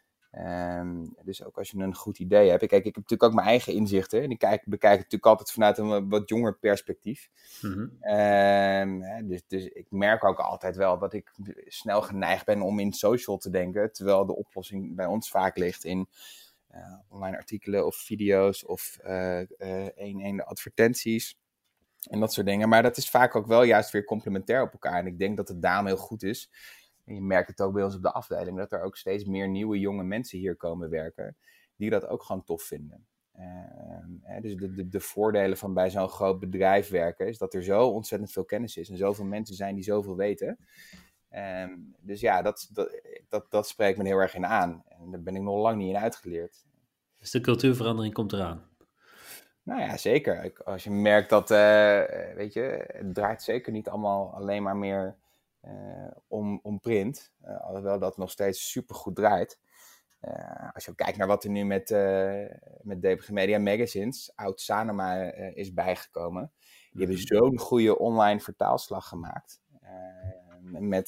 B: Um, dus ook als je een goed idee hebt. Kijk, ik heb natuurlijk ook mijn eigen inzichten. En ik kijk, bekijk het natuurlijk altijd vanuit een wat jonger perspectief. Mm-hmm. Um, dus, dus ik merk ook altijd wel dat ik snel geneigd ben om in social te denken. Terwijl de oplossing bij ons vaak ligt in uh, online artikelen of video's of uh, uh, een-een advertenties. En dat soort dingen. Maar dat is vaak ook wel juist weer complementair op elkaar. En ik denk dat het daarom heel goed is. En je merkt het ook bij ons op de afdeling. Dat er ook steeds meer nieuwe jonge mensen hier komen werken. Die dat ook gewoon tof vinden. Uh, hè, dus de, de, de voordelen van bij zo'n groot bedrijf werken. Is dat er zo ontzettend veel kennis is. En zoveel mensen zijn die zoveel weten. Um, dus ja, dat, dat, dat, dat spreekt me heel erg in aan. En daar ben ik nog lang niet in uitgeleerd.
C: Dus de cultuurverandering komt eraan.
B: Nou ja, zeker. Als je merkt dat, uh, weet je, het draait zeker niet allemaal alleen maar meer uh, om, om print. Uh, alhoewel dat nog steeds supergoed draait. Uh, als je ook kijkt naar wat er nu met, uh, met D P G Media Magazines, oud Sanoma uh, is bijgekomen. Die mm-hmm. hebben zo'n goede online vertaalslag gemaakt. Uh, met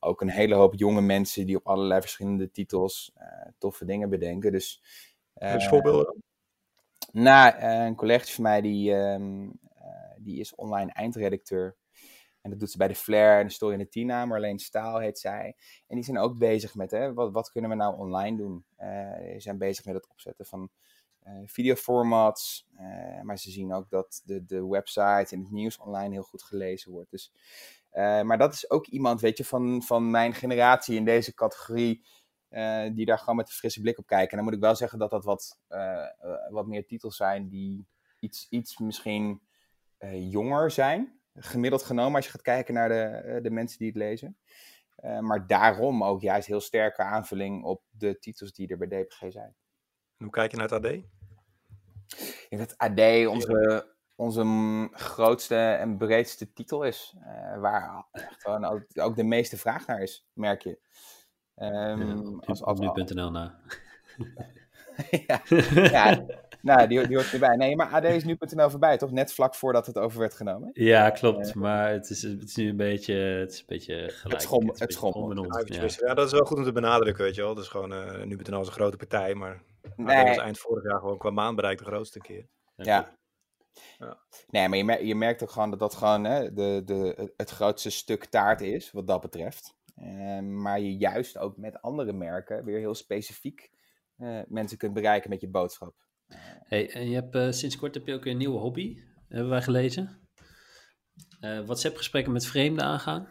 B: ook een hele hoop jonge mensen die op allerlei verschillende titels uh, toffe dingen bedenken. Dus, uh,
A: dus voorbeelden?
B: Nou, uh, een collega van mij die, um, uh, die is online eindredacteur. En dat doet ze bij de Flair en de Story in de Tina, Marleen Staal heet zij. En die zijn ook bezig met, hè, wat, wat kunnen we nou online doen? Uh, die zijn bezig met het opzetten van uh, videoformats. Uh, maar ze zien ook dat de, de website en het nieuws online heel goed gelezen wordt. Dus, uh, maar dat is ook iemand, weet je, van, van mijn generatie in deze categorie, uh, die daar gewoon met een frisse blik op kijken. En dan moet ik wel zeggen dat dat wat, uh, uh, wat meer titels zijn die iets, iets misschien uh, jonger zijn. Gemiddeld genomen als je gaat kijken naar de, de mensen die het lezen. Uh, maar daarom ook juist heel sterke aanvulling op de titels die er bij D P G zijn.
A: Hoe kijk je naar het A D?
B: Ik denk dat A D onze, onze grootste en breedste titel is. Uh, waar echt gewoon ook, ook de meeste vraag naar is, merk je. Um,
C: ja,
B: als, als,
C: nu punt n l na.
B: ja, ja. Nou, die, die hoort erbij. Nee, maar A D is nu punt n l voorbij, toch? Net vlak voordat het over werd genomen.
C: Ja, klopt. Uh, maar het is, het is nu een beetje, het is een beetje gelijk.
B: Het schommelt. Het schommelt.
A: Ja. Ja, dat is wel goed om te benadrukken, weet je wel. Dat is gewoon, uh, nu punt n l is een grote partij, maar nee. A D was eind vorig jaar gewoon qua maandbereik de grootste keer.
B: Ja. ja. Nee, maar je, mer- je merkt ook gewoon dat dat gewoon hè, de, de, het grootste stuk taart is, wat dat betreft. Uh, maar je juist ook met andere merken weer heel specifiek uh, mensen kunt bereiken met je boodschap.
C: Hey, en je hebt uh, sinds kort heb je ook weer een nieuwe hobby, hebben wij gelezen. Uh, WhatsApp-gesprekken met vreemden aangaan.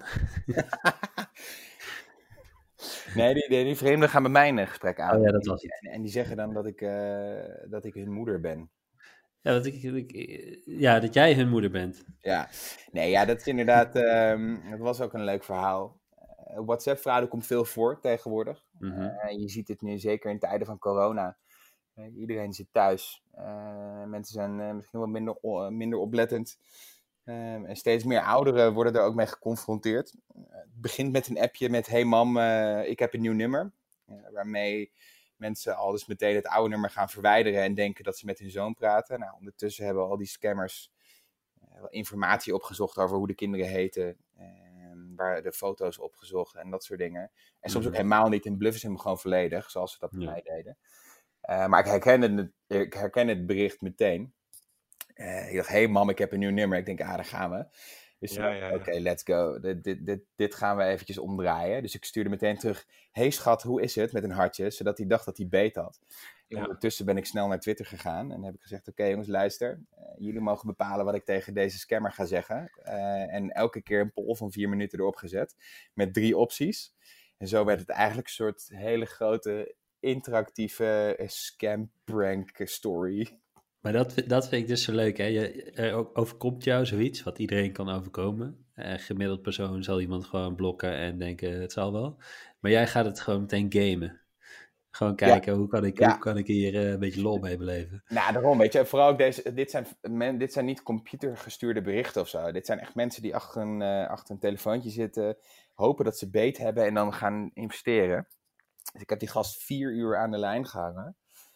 B: nee, die, die, die vreemden gaan bij mij een gesprek aan.
C: Oh ja, dat was het.
B: En, en die zeggen dan dat ik, uh, dat ik hun moeder ben.
C: Ja, dat, ik, ik, ja, dat jij hun moeder bent.
B: Ja, nee, ja, dat is inderdaad, um, dat was ook een leuk verhaal. Uh, WhatsApp-fraude komt veel voor tegenwoordig. Mm-hmm. Uh, je ziet het nu zeker in tijden van corona. Uh, iedereen zit thuis. Uh, mensen zijn uh, misschien wat minder, uh, minder oplettend. Uh, en steeds meer ouderen worden er ook mee geconfronteerd. Uh, het begint met een appje met, hey mam, uh, ik heb een nieuw nummer. Uh, waarmee mensen al dus meteen het oude nummer gaan verwijderen en denken dat ze met hun zoon praten. Nou, ondertussen hebben al die scammers uh, informatie opgezocht over hoe de kinderen heten. Uh, waar de foto's opgezocht en dat soort dingen. En soms ook helemaal niet en bluffen ze hem gewoon volledig, zoals ze dat bij ja. mij deden. Uh, maar ik herkende, het, ik herkende het bericht meteen. Uh, ik dacht, hé hey mam, ik heb een nieuw nummer. Ik denk, ah, daar gaan we. Dus ja, ja, ja. oké, okay, let's go. Dit, dit, dit, dit gaan we eventjes omdraaien. Dus ik stuurde meteen terug, hey schat, hoe is het? Met een hartje, zodat hij dacht dat hij beet had. En ja. ondertussen ben ik snel naar Twitter gegaan en heb ik gezegd, oké okay, jongens, luister. Uh, jullie mogen bepalen wat ik tegen deze scammer ga zeggen. Uh, en elke keer een poll van vier minuten erop gezet. Met drie opties. En zo werd het eigenlijk een soort hele grote interactieve scam prank story.
C: Maar dat, dat vind ik dus zo leuk, hè? Je, er overkomt jou zoiets, wat iedereen kan overkomen. Een gemiddeld persoon zal iemand gewoon blokken en denken, het zal wel. Maar jij gaat het gewoon meteen gamen. Gewoon kijken, ja. hoe, kan ik, ja. hoe kan ik hier uh, een beetje lol mee beleven.
B: Nou, daarom, weet je. Vooral ook deze, dit zijn, men, dit zijn niet computergestuurde berichten of zo. Dit zijn echt mensen die achter een, uh, achter een telefoontje zitten, hopen dat ze beet hebben en dan gaan investeren. Dus ik heb die gast vier uur aan de lijn gehangen.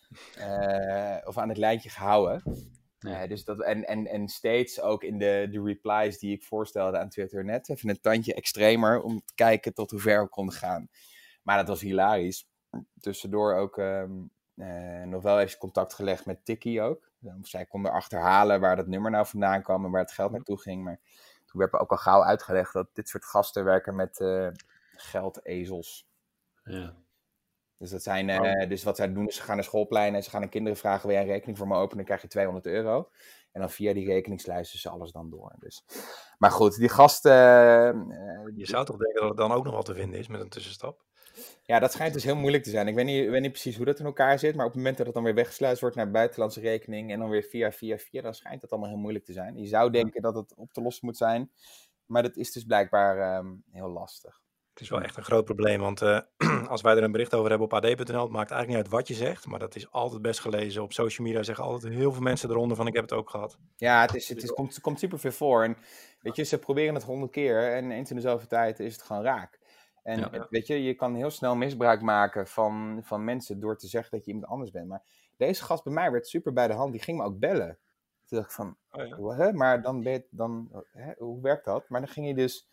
B: Uh, of aan het lijntje gehouden. Ja. Uh, dus dat, en, en, en steeds ook in de, de replies die ik voorstelde aan Twitter net even een tandje extremer om te kijken tot hoe ver we konden gaan. Maar dat was hilarisch. Tussendoor ook um, uh, nog wel even contact gelegd met Tikkie ook. Of zij konden achterhalen waar dat nummer nou vandaan kwam en waar het geld naartoe ging. Maar toen werd me ook al gauw uitgelegd dat dit soort gasten werken met uh, geldezels.
C: Ja.
B: Dus, dat zijn, uh, oh. dus wat zij doen is ze gaan naar schoolpleinen en ze gaan aan kinderen vragen, wil jij een rekening voor me openen, dan krijg je tweehonderd euro. En dan via die rekening sluizen ze alles dan door. Dus. Maar goed, die gasten... Uh,
A: je zou toch denken dat het dan ook nog wat te vinden is met een tussenstap?
B: Ja, dat schijnt dus heel moeilijk te zijn. Ik weet niet, ik weet niet precies hoe dat in elkaar zit, maar op het moment dat het dan weer weggesluist wordt naar buitenlandse rekening en dan weer via, via, via, dan schijnt het allemaal heel moeilijk te zijn. Je zou denken dat het op te lossen moet zijn, maar dat is dus blijkbaar um, heel lastig.
A: Het is wel echt een groot probleem, want uh, als wij er een bericht over hebben op a d punt n l, het maakt eigenlijk niet uit wat je zegt, maar dat is altijd best gelezen. Op social media zeggen altijd heel veel mensen eronder van ik heb het ook gehad.
B: Ja, het, is, het is, komt, komt super veel voor. En weet je, ze proberen het honderd keer en eens in de zoveel tijd is het gewoon raak. En ja. weet je, je kan heel snel misbruik maken van, van mensen door te zeggen dat je iemand anders bent. Maar deze gast bij mij werd super bij de hand, die ging me ook bellen. Toen dacht ik van, oh ja. hè? Maar dan ben je, dan, hè? hoe werkt dat? Maar dan ging hij dus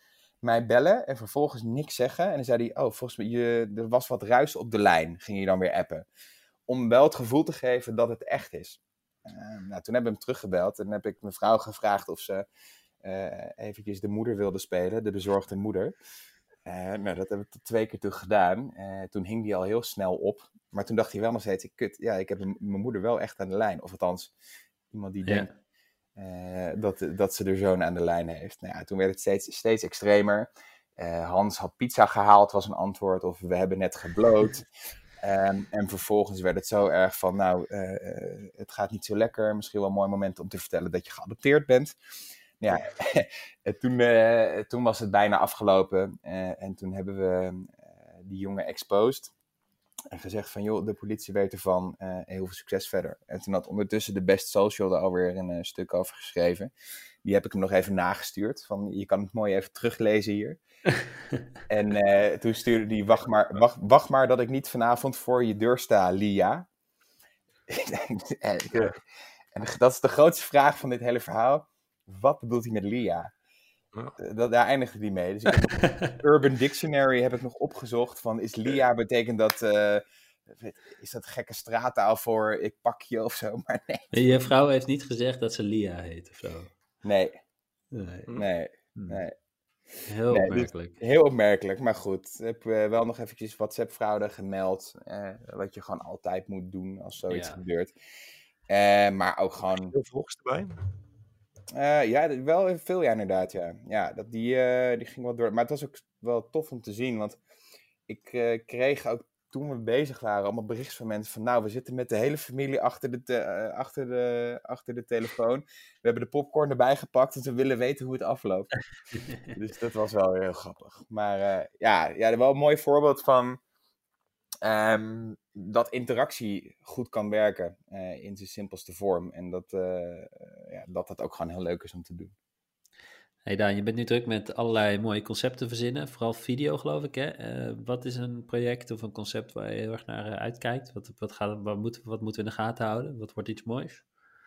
B: mij bellen en vervolgens niks zeggen. En dan zei hij, oh, volgens mij, je, er was wat ruis op de lijn, ging je dan weer appen. Om wel het gevoel te geven dat het echt is. Uh, nou, toen hebben we hem teruggebeld en heb ik mijn vrouw gevraagd of ze uh, eventjes de moeder wilde spelen, de bezorgde moeder. Uh, nou, dat heb ik tot twee keer toe gedaan. Uh, toen hing die al heel snel op. Maar toen dacht hij wel nog steeds, kut, ja, ik heb m- mijn moeder wel echt aan de lijn. Of althans, iemand die
C: Ja.
B: denkt uh, dat, dat ze er zoon aan de lijn heeft. Nou ja, toen werd het steeds, steeds extremer. Uh, Hans had pizza gehaald, was een antwoord. Of we hebben net gebloot. Um, en vervolgens werd het zo erg van, nou, uh, uh, het gaat niet zo lekker. Misschien wel een mooi moment om te vertellen dat je geadopteerd bent. Ja, toen, uh, toen was het bijna afgelopen. Uh, en toen hebben we uh, die jongen exposed. En gezegd van, joh, de politie weet ervan. Uh, heel veel succes verder. En toen had ondertussen de Best Social er alweer een uh, stuk over geschreven. Die heb ik hem nog even nagestuurd. Van, je kan het mooi even teruglezen hier. En uh, toen stuurde hij, wacht maar, wacht, wacht maar dat ik niet vanavond voor je deur sta, Lia. en, en dat is de grootste vraag van dit hele verhaal. Wat bedoelt hij met Lia? Ja. Dat, daar eindigde hij mee. Dus ik heb nog, Urban Dictionary heb ik nog opgezocht. Van, is Lia betekent dat... Uh, is dat gekke straattaal voor ik pak je of zo? Maar nee.
C: Je vrouw heeft niet gezegd dat ze Lia heet of zo?
B: Nee.
C: Nee.
B: Nee. nee.
C: Heel
B: nee,
C: opmerkelijk.
B: Dus heel opmerkelijk, maar goed. Ik heb uh, wel nog eventjes WhatsApp-fraude gemeld. Uh, wat je gewoon altijd moet doen als zoiets ja. gebeurt. Uh, maar ook gewoon...
A: Veel volgers erbij?
B: Uh, ja, wel veel ja, inderdaad, ja. Ja, dat, die, uh, die ging wel door. Maar het was ook wel tof om te zien, want ik uh, kreeg ook toen we bezig waren allemaal berichten van mensen van, nou, we zitten met de hele familie achter de, te, uh, achter de, achter de telefoon. We hebben de popcorn erbij gepakt, want we willen weten hoe het afloopt. Dus dat was wel heel grappig. Maar uh, ja, ja, wel een mooi voorbeeld van um, dat interactie goed kan werken uh, in zijn simpelste vorm. En dat, uh, ja, dat dat ook gewoon heel leuk is om te doen.
C: Hey Daan, je bent nu druk met allerlei mooie concepten verzinnen, vooral video geloof ik. Hè? Uh, wat is een project of een concept waar je heel erg naar uh, uitkijkt? Wat, wat, gaat, wat, moet, wat moeten we in de gaten houden? Wat wordt iets moois?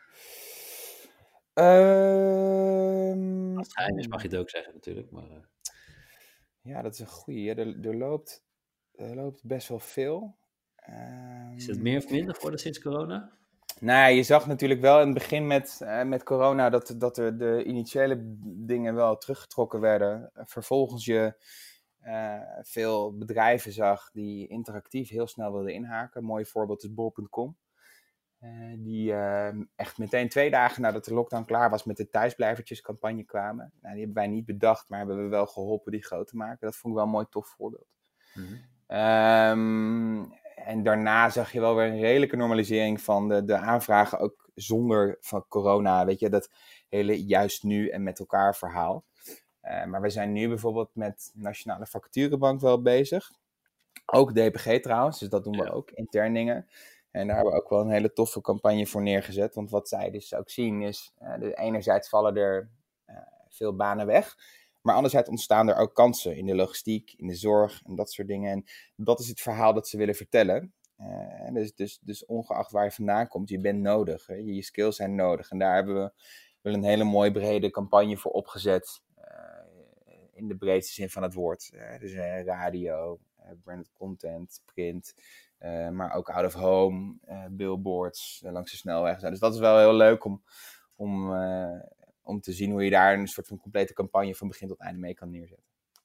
B: Um,
C: Als het geheim is mag je het ook zeggen natuurlijk. Maar, uh...
B: Ja, dat is een goeie. Er, er, loopt, er loopt best wel veel. Um,
C: is het meer of minder geworden sinds corona?
B: Nou ja, je zag natuurlijk wel in het begin met, uh, met corona dat, dat er de initiële dingen wel teruggetrokken werden. Vervolgens je uh, veel bedrijven zag die interactief heel snel wilden inhaken. Een mooi voorbeeld is bol punt com. Uh, die uh, echt meteen twee dagen nadat de lockdown klaar was met de thuisblijvertjescampagne kwamen. Nou, die hebben wij niet bedacht, maar hebben we wel geholpen die groot te maken. Dat vond ik wel een mooi tof voorbeeld. Mm-hmm. Um, En daarna zag je wel weer een redelijke normalisering van de, de aanvragen, ook zonder van corona, weet je, dat hele juist nu en met elkaar verhaal. Uh, maar we zijn nu bijvoorbeeld met Nationale Vacaturebank wel bezig. Ook D P G trouwens, dus dat doen we ja. ook, intern dingen. En daar hebben we ook wel een hele toffe campagne voor neergezet. Want wat zij dus ook zien is, uh, de, enerzijds vallen er uh, veel banen weg. Maar anderzijds ontstaan er ook kansen in de logistiek, in de zorg en dat soort dingen. En dat is het verhaal dat ze willen vertellen. Uh, dus, dus, dus ongeacht waar je vandaan komt, je bent nodig. Hè? Je skills zijn nodig. En daar hebben we wel een hele mooie brede campagne voor opgezet. Uh, in de breedste zin van het woord. Uh, dus uh, radio, uh, branded content, print. Uh, maar ook out of home, uh, billboards uh, langs de snelweg. Dus dat is wel heel leuk om... om uh, om te zien hoe je daar een soort van complete campagne van begin tot einde mee kan neerzetten.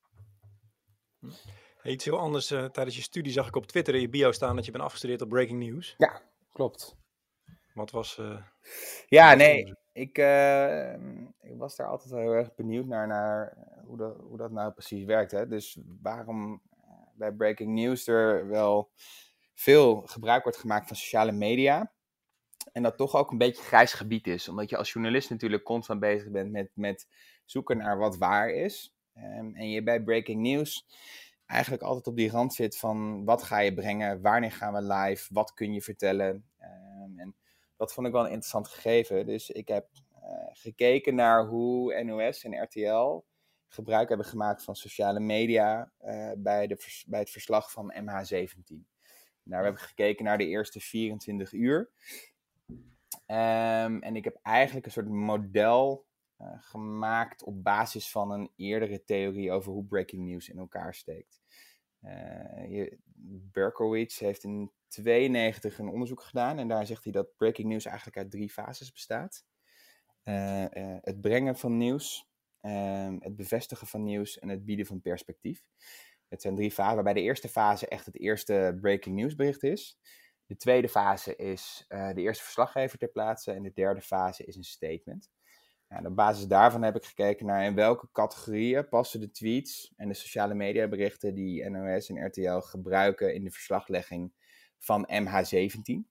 A: Hey, iets heel anders. Uh, tijdens je studie zag ik op Twitter in je bio staan dat je bent afgestudeerd op Breaking News.
B: Ja, klopt.
A: Wat was... Uh,
B: ja, wat nee. Was ik, uh, ik was daar altijd heel erg benieuwd naar, naar hoe, dat, hoe dat nou precies werkt. Hè? Dus waarom bij Breaking News er wel veel gebruik wordt gemaakt van sociale media... En dat toch ook een beetje grijs gebied is. Omdat je als journalist natuurlijk constant bezig bent met, met zoeken naar wat waar is. Um, en je bij Breaking News eigenlijk altijd op die rand zit van wat ga je brengen? Wanneer gaan we live? Wat kun je vertellen? Um, en dat vond ik wel een interessant gegeven. Dus ik heb uh, gekeken naar hoe N O S en R T L gebruik hebben gemaakt van sociale media uh, bij, de, bij het verslag van M H zeventien. Daar heb ik gekeken naar de eerste vierentwintig uur. Um, en ik heb eigenlijk een soort model uh, gemaakt op basis van een eerdere theorie over hoe breaking news in elkaar steekt. Uh, je, Berkowitz heeft in tweeënnegentig een onderzoek gedaan en daar zegt hij dat breaking news eigenlijk uit drie fases bestaat. Uh, uh, het brengen van nieuws, uh, het bevestigen van nieuws en het bieden van perspectief. Het zijn drie fasen, waarbij de eerste fase echt het eerste breaking news bericht is. De tweede fase is uh, de eerste verslaggever ter plaatse en de derde fase is een statement. En op basis daarvan heb ik gekeken naar in welke categorieën passen de tweets en de sociale mediaberichten die N O S en R T L gebruiken in de verslaglegging van M H zeventien.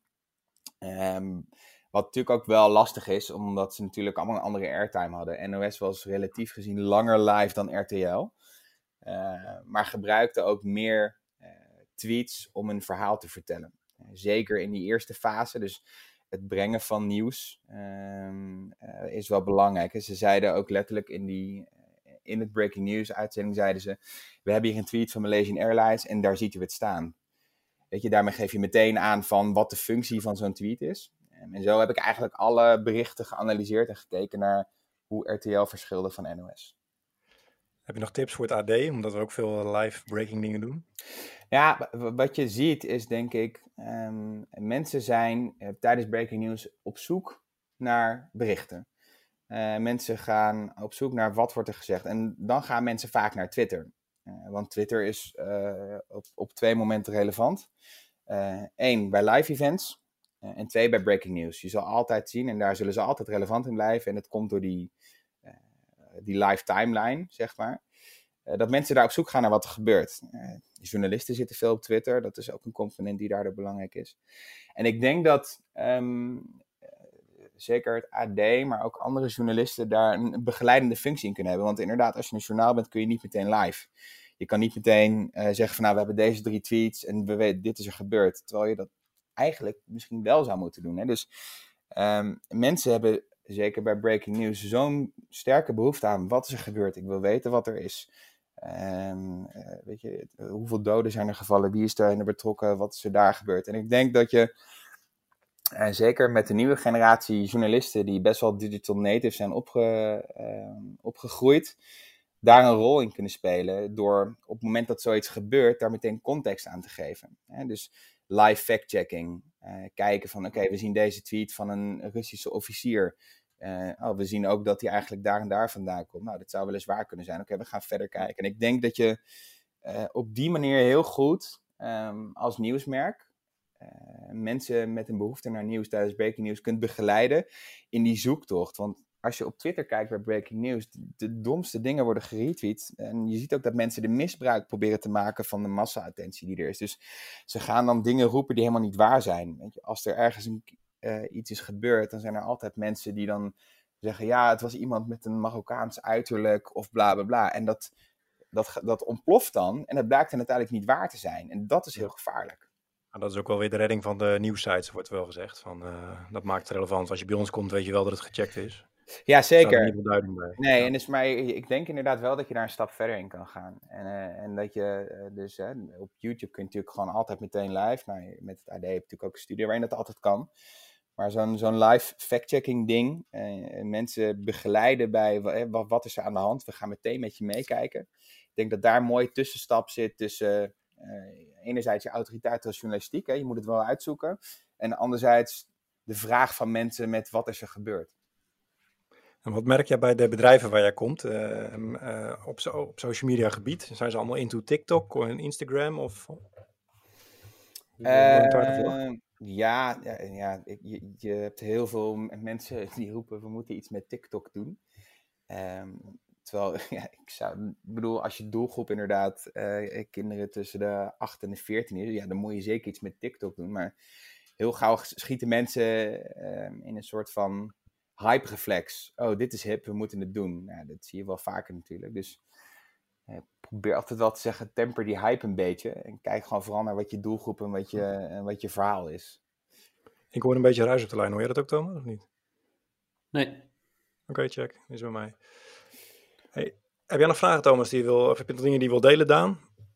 B: Um, wat natuurlijk ook wel lastig is, omdat ze natuurlijk allemaal een andere airtime hadden. N O S was relatief gezien langer live dan R T L, uh, maar gebruikte ook meer uh, tweets om een verhaal te vertellen. Uh, zeker in die eerste fase, dus het brengen van nieuws um, uh, is wel belangrijk. Ze zeiden ook letterlijk in, die, in het Breaking News uitzending, zeiden ze, we hebben hier een tweet van Malaysian Airlines en daar ziet u het staan. Weet je, daarmee geef je meteen aan van wat de functie van zo'n tweet is. En zo heb ik eigenlijk alle berichten geanalyseerd en gekeken naar hoe R T L verschilde van N O S.
A: Heb je nog tips voor het A D, omdat we ook veel live breaking dingen doen?
B: Ja, wat je ziet is denk ik, um, mensen zijn uh, tijdens breaking news op zoek naar berichten. Uh, mensen gaan op zoek naar wat wordt er gezegd. En dan gaan mensen vaak naar Twitter. Uh, want Twitter is uh, op, op twee momenten relevant. Eén, uh, bij live events. Uh, en twee, bij breaking news. Je zal altijd zien, en daar zullen ze altijd relevant in blijven. En het komt door die, uh, die live timeline, zeg maar. Uh, dat mensen daar op zoek gaan naar wat er gebeurt. Uh, journalisten zitten veel op Twitter. Dat is ook een component die daardoor belangrijk is. En ik denk dat um, uh, zeker het A D, maar ook andere journalisten daar een begeleidende functie in kunnen hebben. Want inderdaad, als je een journaal bent, kun je niet meteen live. Je kan niet meteen uh, zeggen van nou, we hebben deze drie tweets en we weten, dit is er gebeurd. Terwijl je dat eigenlijk misschien wel zou moeten doen. Hè? Dus um, mensen hebben, zeker bij breaking news, zo'n sterke behoefte aan wat is er gebeurd. Ik wil weten wat er is. Um, uh, weet je, hoeveel doden zijn er gevallen? Wie is er betrokken? Wat is er daar gebeurd? En ik denk dat je, uh, zeker met de nieuwe generatie journalisten die best wel digital native zijn opge, uh, opgegroeid, daar een rol in kunnen spelen door op het moment dat zoiets gebeurt, daar meteen context aan te geven. Hè? Dus live fact-checking. Uh, kijken van, oké, okay, we zien deze tweet van een Russische officier. Uh, oh, we zien ook dat hij eigenlijk daar en daar vandaan komt. Nou, dat zou wel eens waar kunnen zijn. Oké, okay, we gaan verder kijken. En ik denk dat je uh, op die manier heel goed um, als nieuwsmerk uh, mensen met een behoefte naar nieuws tijdens breaking news kunt begeleiden in die zoektocht. Want als je op Twitter kijkt bij breaking news, de domste dingen worden geretweet. En je ziet ook dat mensen de misbruik proberen te maken van de massa-attentie die er is. Dus ze gaan dan dingen roepen die helemaal niet waar zijn. Weet je, als er ergens een, uh, iets is gebeurd, dan zijn er altijd mensen die dan zeggen, ja, het was iemand met een Marokkaans uiterlijk of bla bla bla. En dat, dat, dat ontploft dan en dat blijkt dan uiteindelijk niet waar te zijn. En dat is heel gevaarlijk.
A: Nou, dat is ook wel weer de redding van de nieuwsites, wordt wel gezegd. Van, uh, dat maakt het relevant. Als je bij ons komt, weet je wel dat het gecheckt is.
B: Ja, zeker.
A: Niet duiding bij.
B: Nee,
A: ja.
B: en dus, maar ik denk inderdaad wel dat je daar een stap verder in kan gaan. En, uh, en dat je uh, dus uh, op YouTube kun je natuurlijk gewoon altijd meteen live. Nou, met het A D heb je natuurlijk ook een studio waarin dat altijd kan. Maar zo'n, zo'n live fact-checking ding, uh, mensen begeleiden bij uh, wat, wat is er aan de hand. We gaan meteen met je meekijken. Ik denk dat daar een mooie tussenstap zit tussen uh, enerzijds je autoriteit als journalistiek. Hè, je moet het wel uitzoeken. En anderzijds de vraag van mensen met wat is er gebeurd.
A: En wat merk jij bij de bedrijven waar jij komt uh, uh, op, so- op social media gebied? Zijn ze allemaal into TikTok of Instagram? Of...
B: Uh, ja, ja, ja je, je hebt heel veel mensen die roepen we moeten iets met TikTok doen. Um, terwijl, ja, ik zou, ik bedoel, als je doelgroep inderdaad uh, kinderen tussen de acht en de veertien is, ja, dan moet je zeker iets met TikTok doen. Maar heel gauw schieten mensen uh, in een soort van hype-reflex. Oh, dit is hip, we moeten het doen. Nou, dat zie je wel vaker natuurlijk. Dus uh, probeer altijd wel te zeggen, temper die hype een beetje. En kijk gewoon vooral naar wat je doelgroep en wat je, en wat je verhaal is.
A: Ik hoor een beetje ruis op de lijn. Hoor jij dat ook, Thomas, of niet?
C: Nee.
A: Oké, okay, check. Is bij mij. Hey, heb jij nog vragen, Thomas, die je wil, of heb je nog dingen die je wil delen, Daan?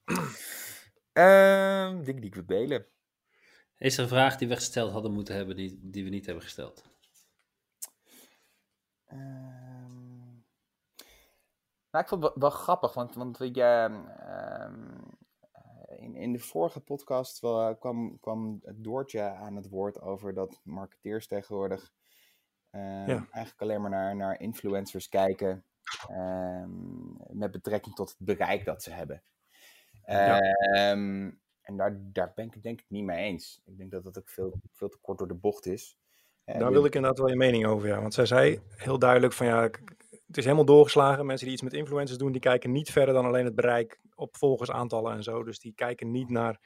B: Uh, dingen die ik wil delen.
C: Is er een vraag die we gesteld hadden moeten hebben, die, die we niet hebben gesteld?
B: Um, Nou, ik vond het wel, wel grappig, want, want weet je, um, in, in de vorige podcast wel, kwam, kwam Doortje aan het woord over dat marketeers tegenwoordig um, ja. eigenlijk alleen maar naar, naar influencers kijken um, met betrekking tot het bereik dat ze hebben. Ja. Um, en daar, daar ben ik het denk ik niet mee eens. Ik denk dat dat ook veel, veel te kort door de bocht is.
A: Daar uh, wil ik inderdaad wel je mening over, ja. Want zij zei heel duidelijk van ja, het is helemaal doorgeslagen. Mensen die iets met influencers doen, die kijken niet verder dan alleen het bereik op volgersaantallen en zo. Dus die kijken niet naar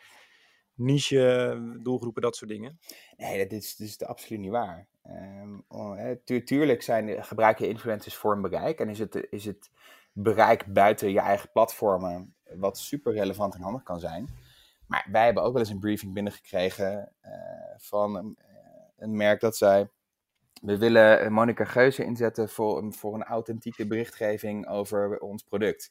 A: niche, doelgroepen, dat soort dingen.
B: Nee, dat is, dat is absoluut niet waar. Um, oh, tu- tuurlijk zijn, gebruiken influencers voor een bereik. En is het, is het bereik buiten je eigen platformen wat super relevant en handig kan zijn. Maar wij hebben ook wel eens een briefing binnengekregen uh, van een, een merk dat zei: we willen Monica Geuze inzetten voor, voor een authentieke berichtgeving over ons product.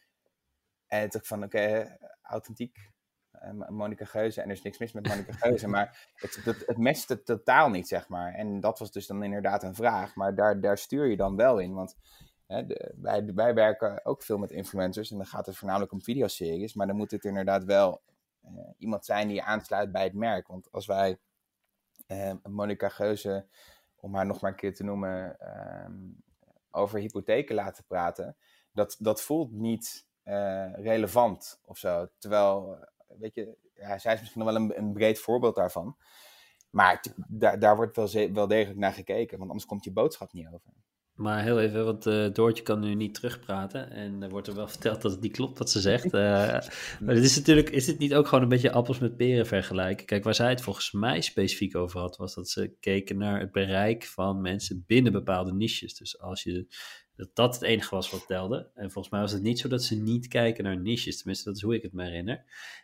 B: En toen dacht ik van, oké, okay, authentiek, uh, Monica Geuze, en er is niks mis met Monica Geuze, maar het, het, het matcht het totaal niet, zeg maar. En dat was dus dan inderdaad een vraag, maar daar, daar stuur je dan wel in, want hè, de, wij, wij werken ook veel met influencers en dan gaat het voornamelijk om videoseries, maar dan moet het inderdaad wel uh, iemand zijn die aansluit bij het merk. Want als wij uh, Monica Geuze, om haar nog maar een keer te noemen, um, over hypotheken laten praten, dat, dat voelt niet uh, relevant of zo. Terwijl, weet je, ja, zij is misschien nog wel een, een breed voorbeeld daarvan. Maar t- daar, daar wordt wel, ze- wel degelijk naar gekeken, want anders komt je boodschap niet over.
C: Maar heel even, want uh, Doortje kan nu niet terugpraten. En er wordt er wel verteld dat het niet klopt wat ze zegt. Uh, maar het is natuurlijk, is dit niet ook gewoon een beetje appels met peren vergelijken? Kijk, waar zij het volgens mij specifiek over had, was dat ze keken naar het bereik van mensen binnen bepaalde niches. Dus als je, dat dat het enige was wat telde. En volgens mij was het niet zo dat ze niet kijken naar niches. Tenminste, dat is hoe ik het me herinner.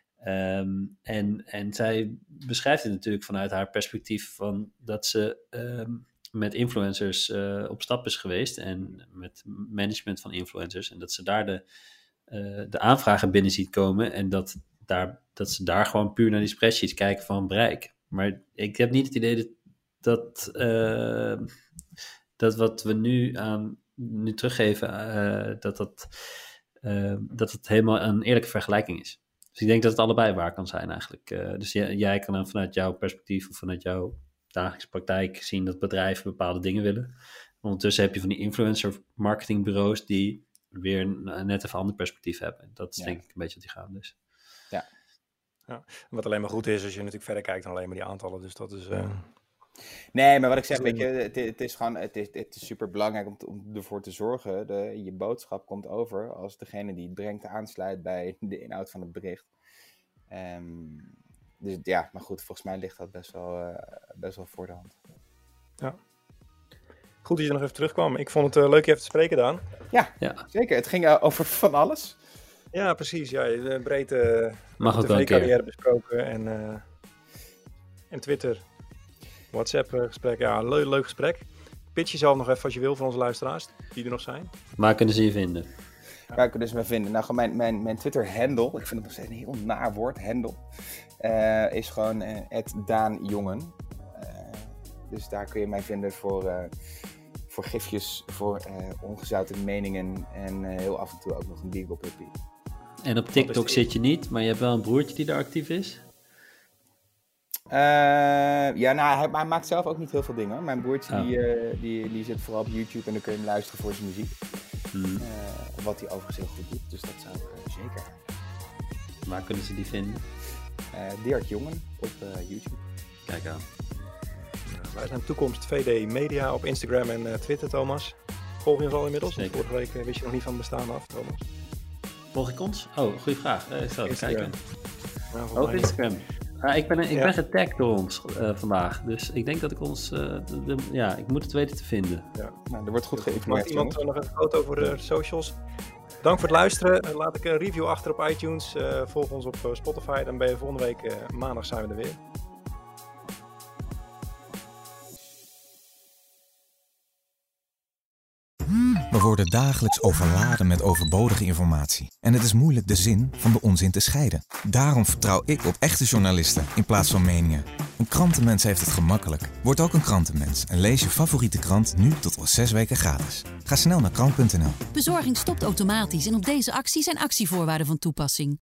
C: Um, en, en zij beschrijft het natuurlijk vanuit haar perspectief van dat ze Um, met influencers uh, op stap is geweest en met management van influencers en dat ze daar de, uh, de aanvragen binnen ziet komen en dat, daar, dat ze daar gewoon puur naar die spreadsheets kijken van bereik. Maar ik heb niet het idee dat dat, uh, dat wat we nu aan nu teruggeven, uh, dat, dat, uh, dat het helemaal een eerlijke vergelijking is. Dus ik denk dat het allebei waar kan zijn eigenlijk. Uh, dus jij, jij kan dan vanuit jouw perspectief of vanuit jouw dagelijkse praktijk zien dat bedrijven bepaalde dingen willen. Ondertussen heb je van die influencer marketingbureaus die weer een net even ander perspectief hebben. Dat is ja. denk ik een beetje wat die gaande is.
B: Ja.
A: ja. Wat alleen maar goed is als je natuurlijk verder kijkt dan alleen maar die aantallen. Dus dat is... Uh...
B: Nee, maar wat ik zeg, weet je, het, het is gewoon, het is, het is super belangrijk om, te, om ervoor te zorgen. De, je boodschap komt over als degene die het brengt aansluit bij de inhoud van het bericht. Um, Dus ja, maar goed, volgens mij ligt dat best wel, uh, best wel voor de hand.
A: Ja. Goed dat je nog even terugkwam. Ik vond het uh, leuk je even te spreken, Daan.
B: Ja, ja. zeker. Het ging uh, over van alles.
A: Ja, precies. Ja, een breed uh,
C: Mag ook wel een keer
A: besproken. En, uh, en Twitter, WhatsApp uh, gesprek. Ja, leuk, leuk gesprek. Pitch jezelf nog even als je wil voor onze luisteraars, die er nog zijn.
C: Waar kunnen ze je vinden?
B: Waar kunnen ze me vinden? Nou, mijn, mijn, mijn Twitter-handle, ik vind het nog steeds een heel naar woord, handle, uh, is gewoon uh, Daan Jongen. Uh, dus daar kun je mij vinden voor, uh, voor gifjes, voor uh, ongezouten meningen en uh, heel af en toe ook nog een Beagle Puppy.
C: En op TikTok zit je niet, maar je hebt wel een broertje die daar actief is?
B: Uh, ja, nou, hij, hij maakt zelf ook niet heel veel dingen. Mijn broertje oh. die, uh, die, die zit vooral op YouTube en dan kun je hem luisteren voor zijn muziek. Hmm. Uh, wat hij overigens heel goed doet, dus dat zou ik uh, zeker.
C: Waar kunnen ze die vinden?
B: Uh, Dirk Jongen op uh, YouTube.
C: Kijk aan.
A: Ja, wij zijn Toekomst V D Media op Instagram en uh, Twitter, Thomas. Volg je ons al inmiddels? Want vorige week uh, wist je nog niet van het bestaan af, Thomas.
C: Volg ik ons? Oh, goede vraag. Uh, ik zal even kijken.
A: Nou,
C: ook Instagram. Uh, ik ben, ik ja. ben getagd door ons uh, vandaag, dus ik denk dat ik ons, uh, de, de, ja, ik moet het weten te vinden.
B: Ja. Nou, er wordt goed geïnformeerd.
A: Maakt iemand uh, nog een foto over de socials? Dank voor het luisteren. Uh, laat ik een review achter op iTunes. Uh, volg ons op uh, Spotify. Dan ben je volgende week uh, maandag zijn we er weer.
D: We worden dagelijks overladen met overbodige informatie. En het is moeilijk de zin van de onzin te scheiden. Daarom vertrouw ik op echte journalisten in plaats van meningen. Een krantenmens heeft het gemakkelijk. Word ook een krantenmens en lees je favoriete krant nu tot al zes weken gratis. Ga Ga snel naar krant punt n l.
E: Bezorging stopt automatisch en op deze actie zijn actievoorwaarden van toepassing.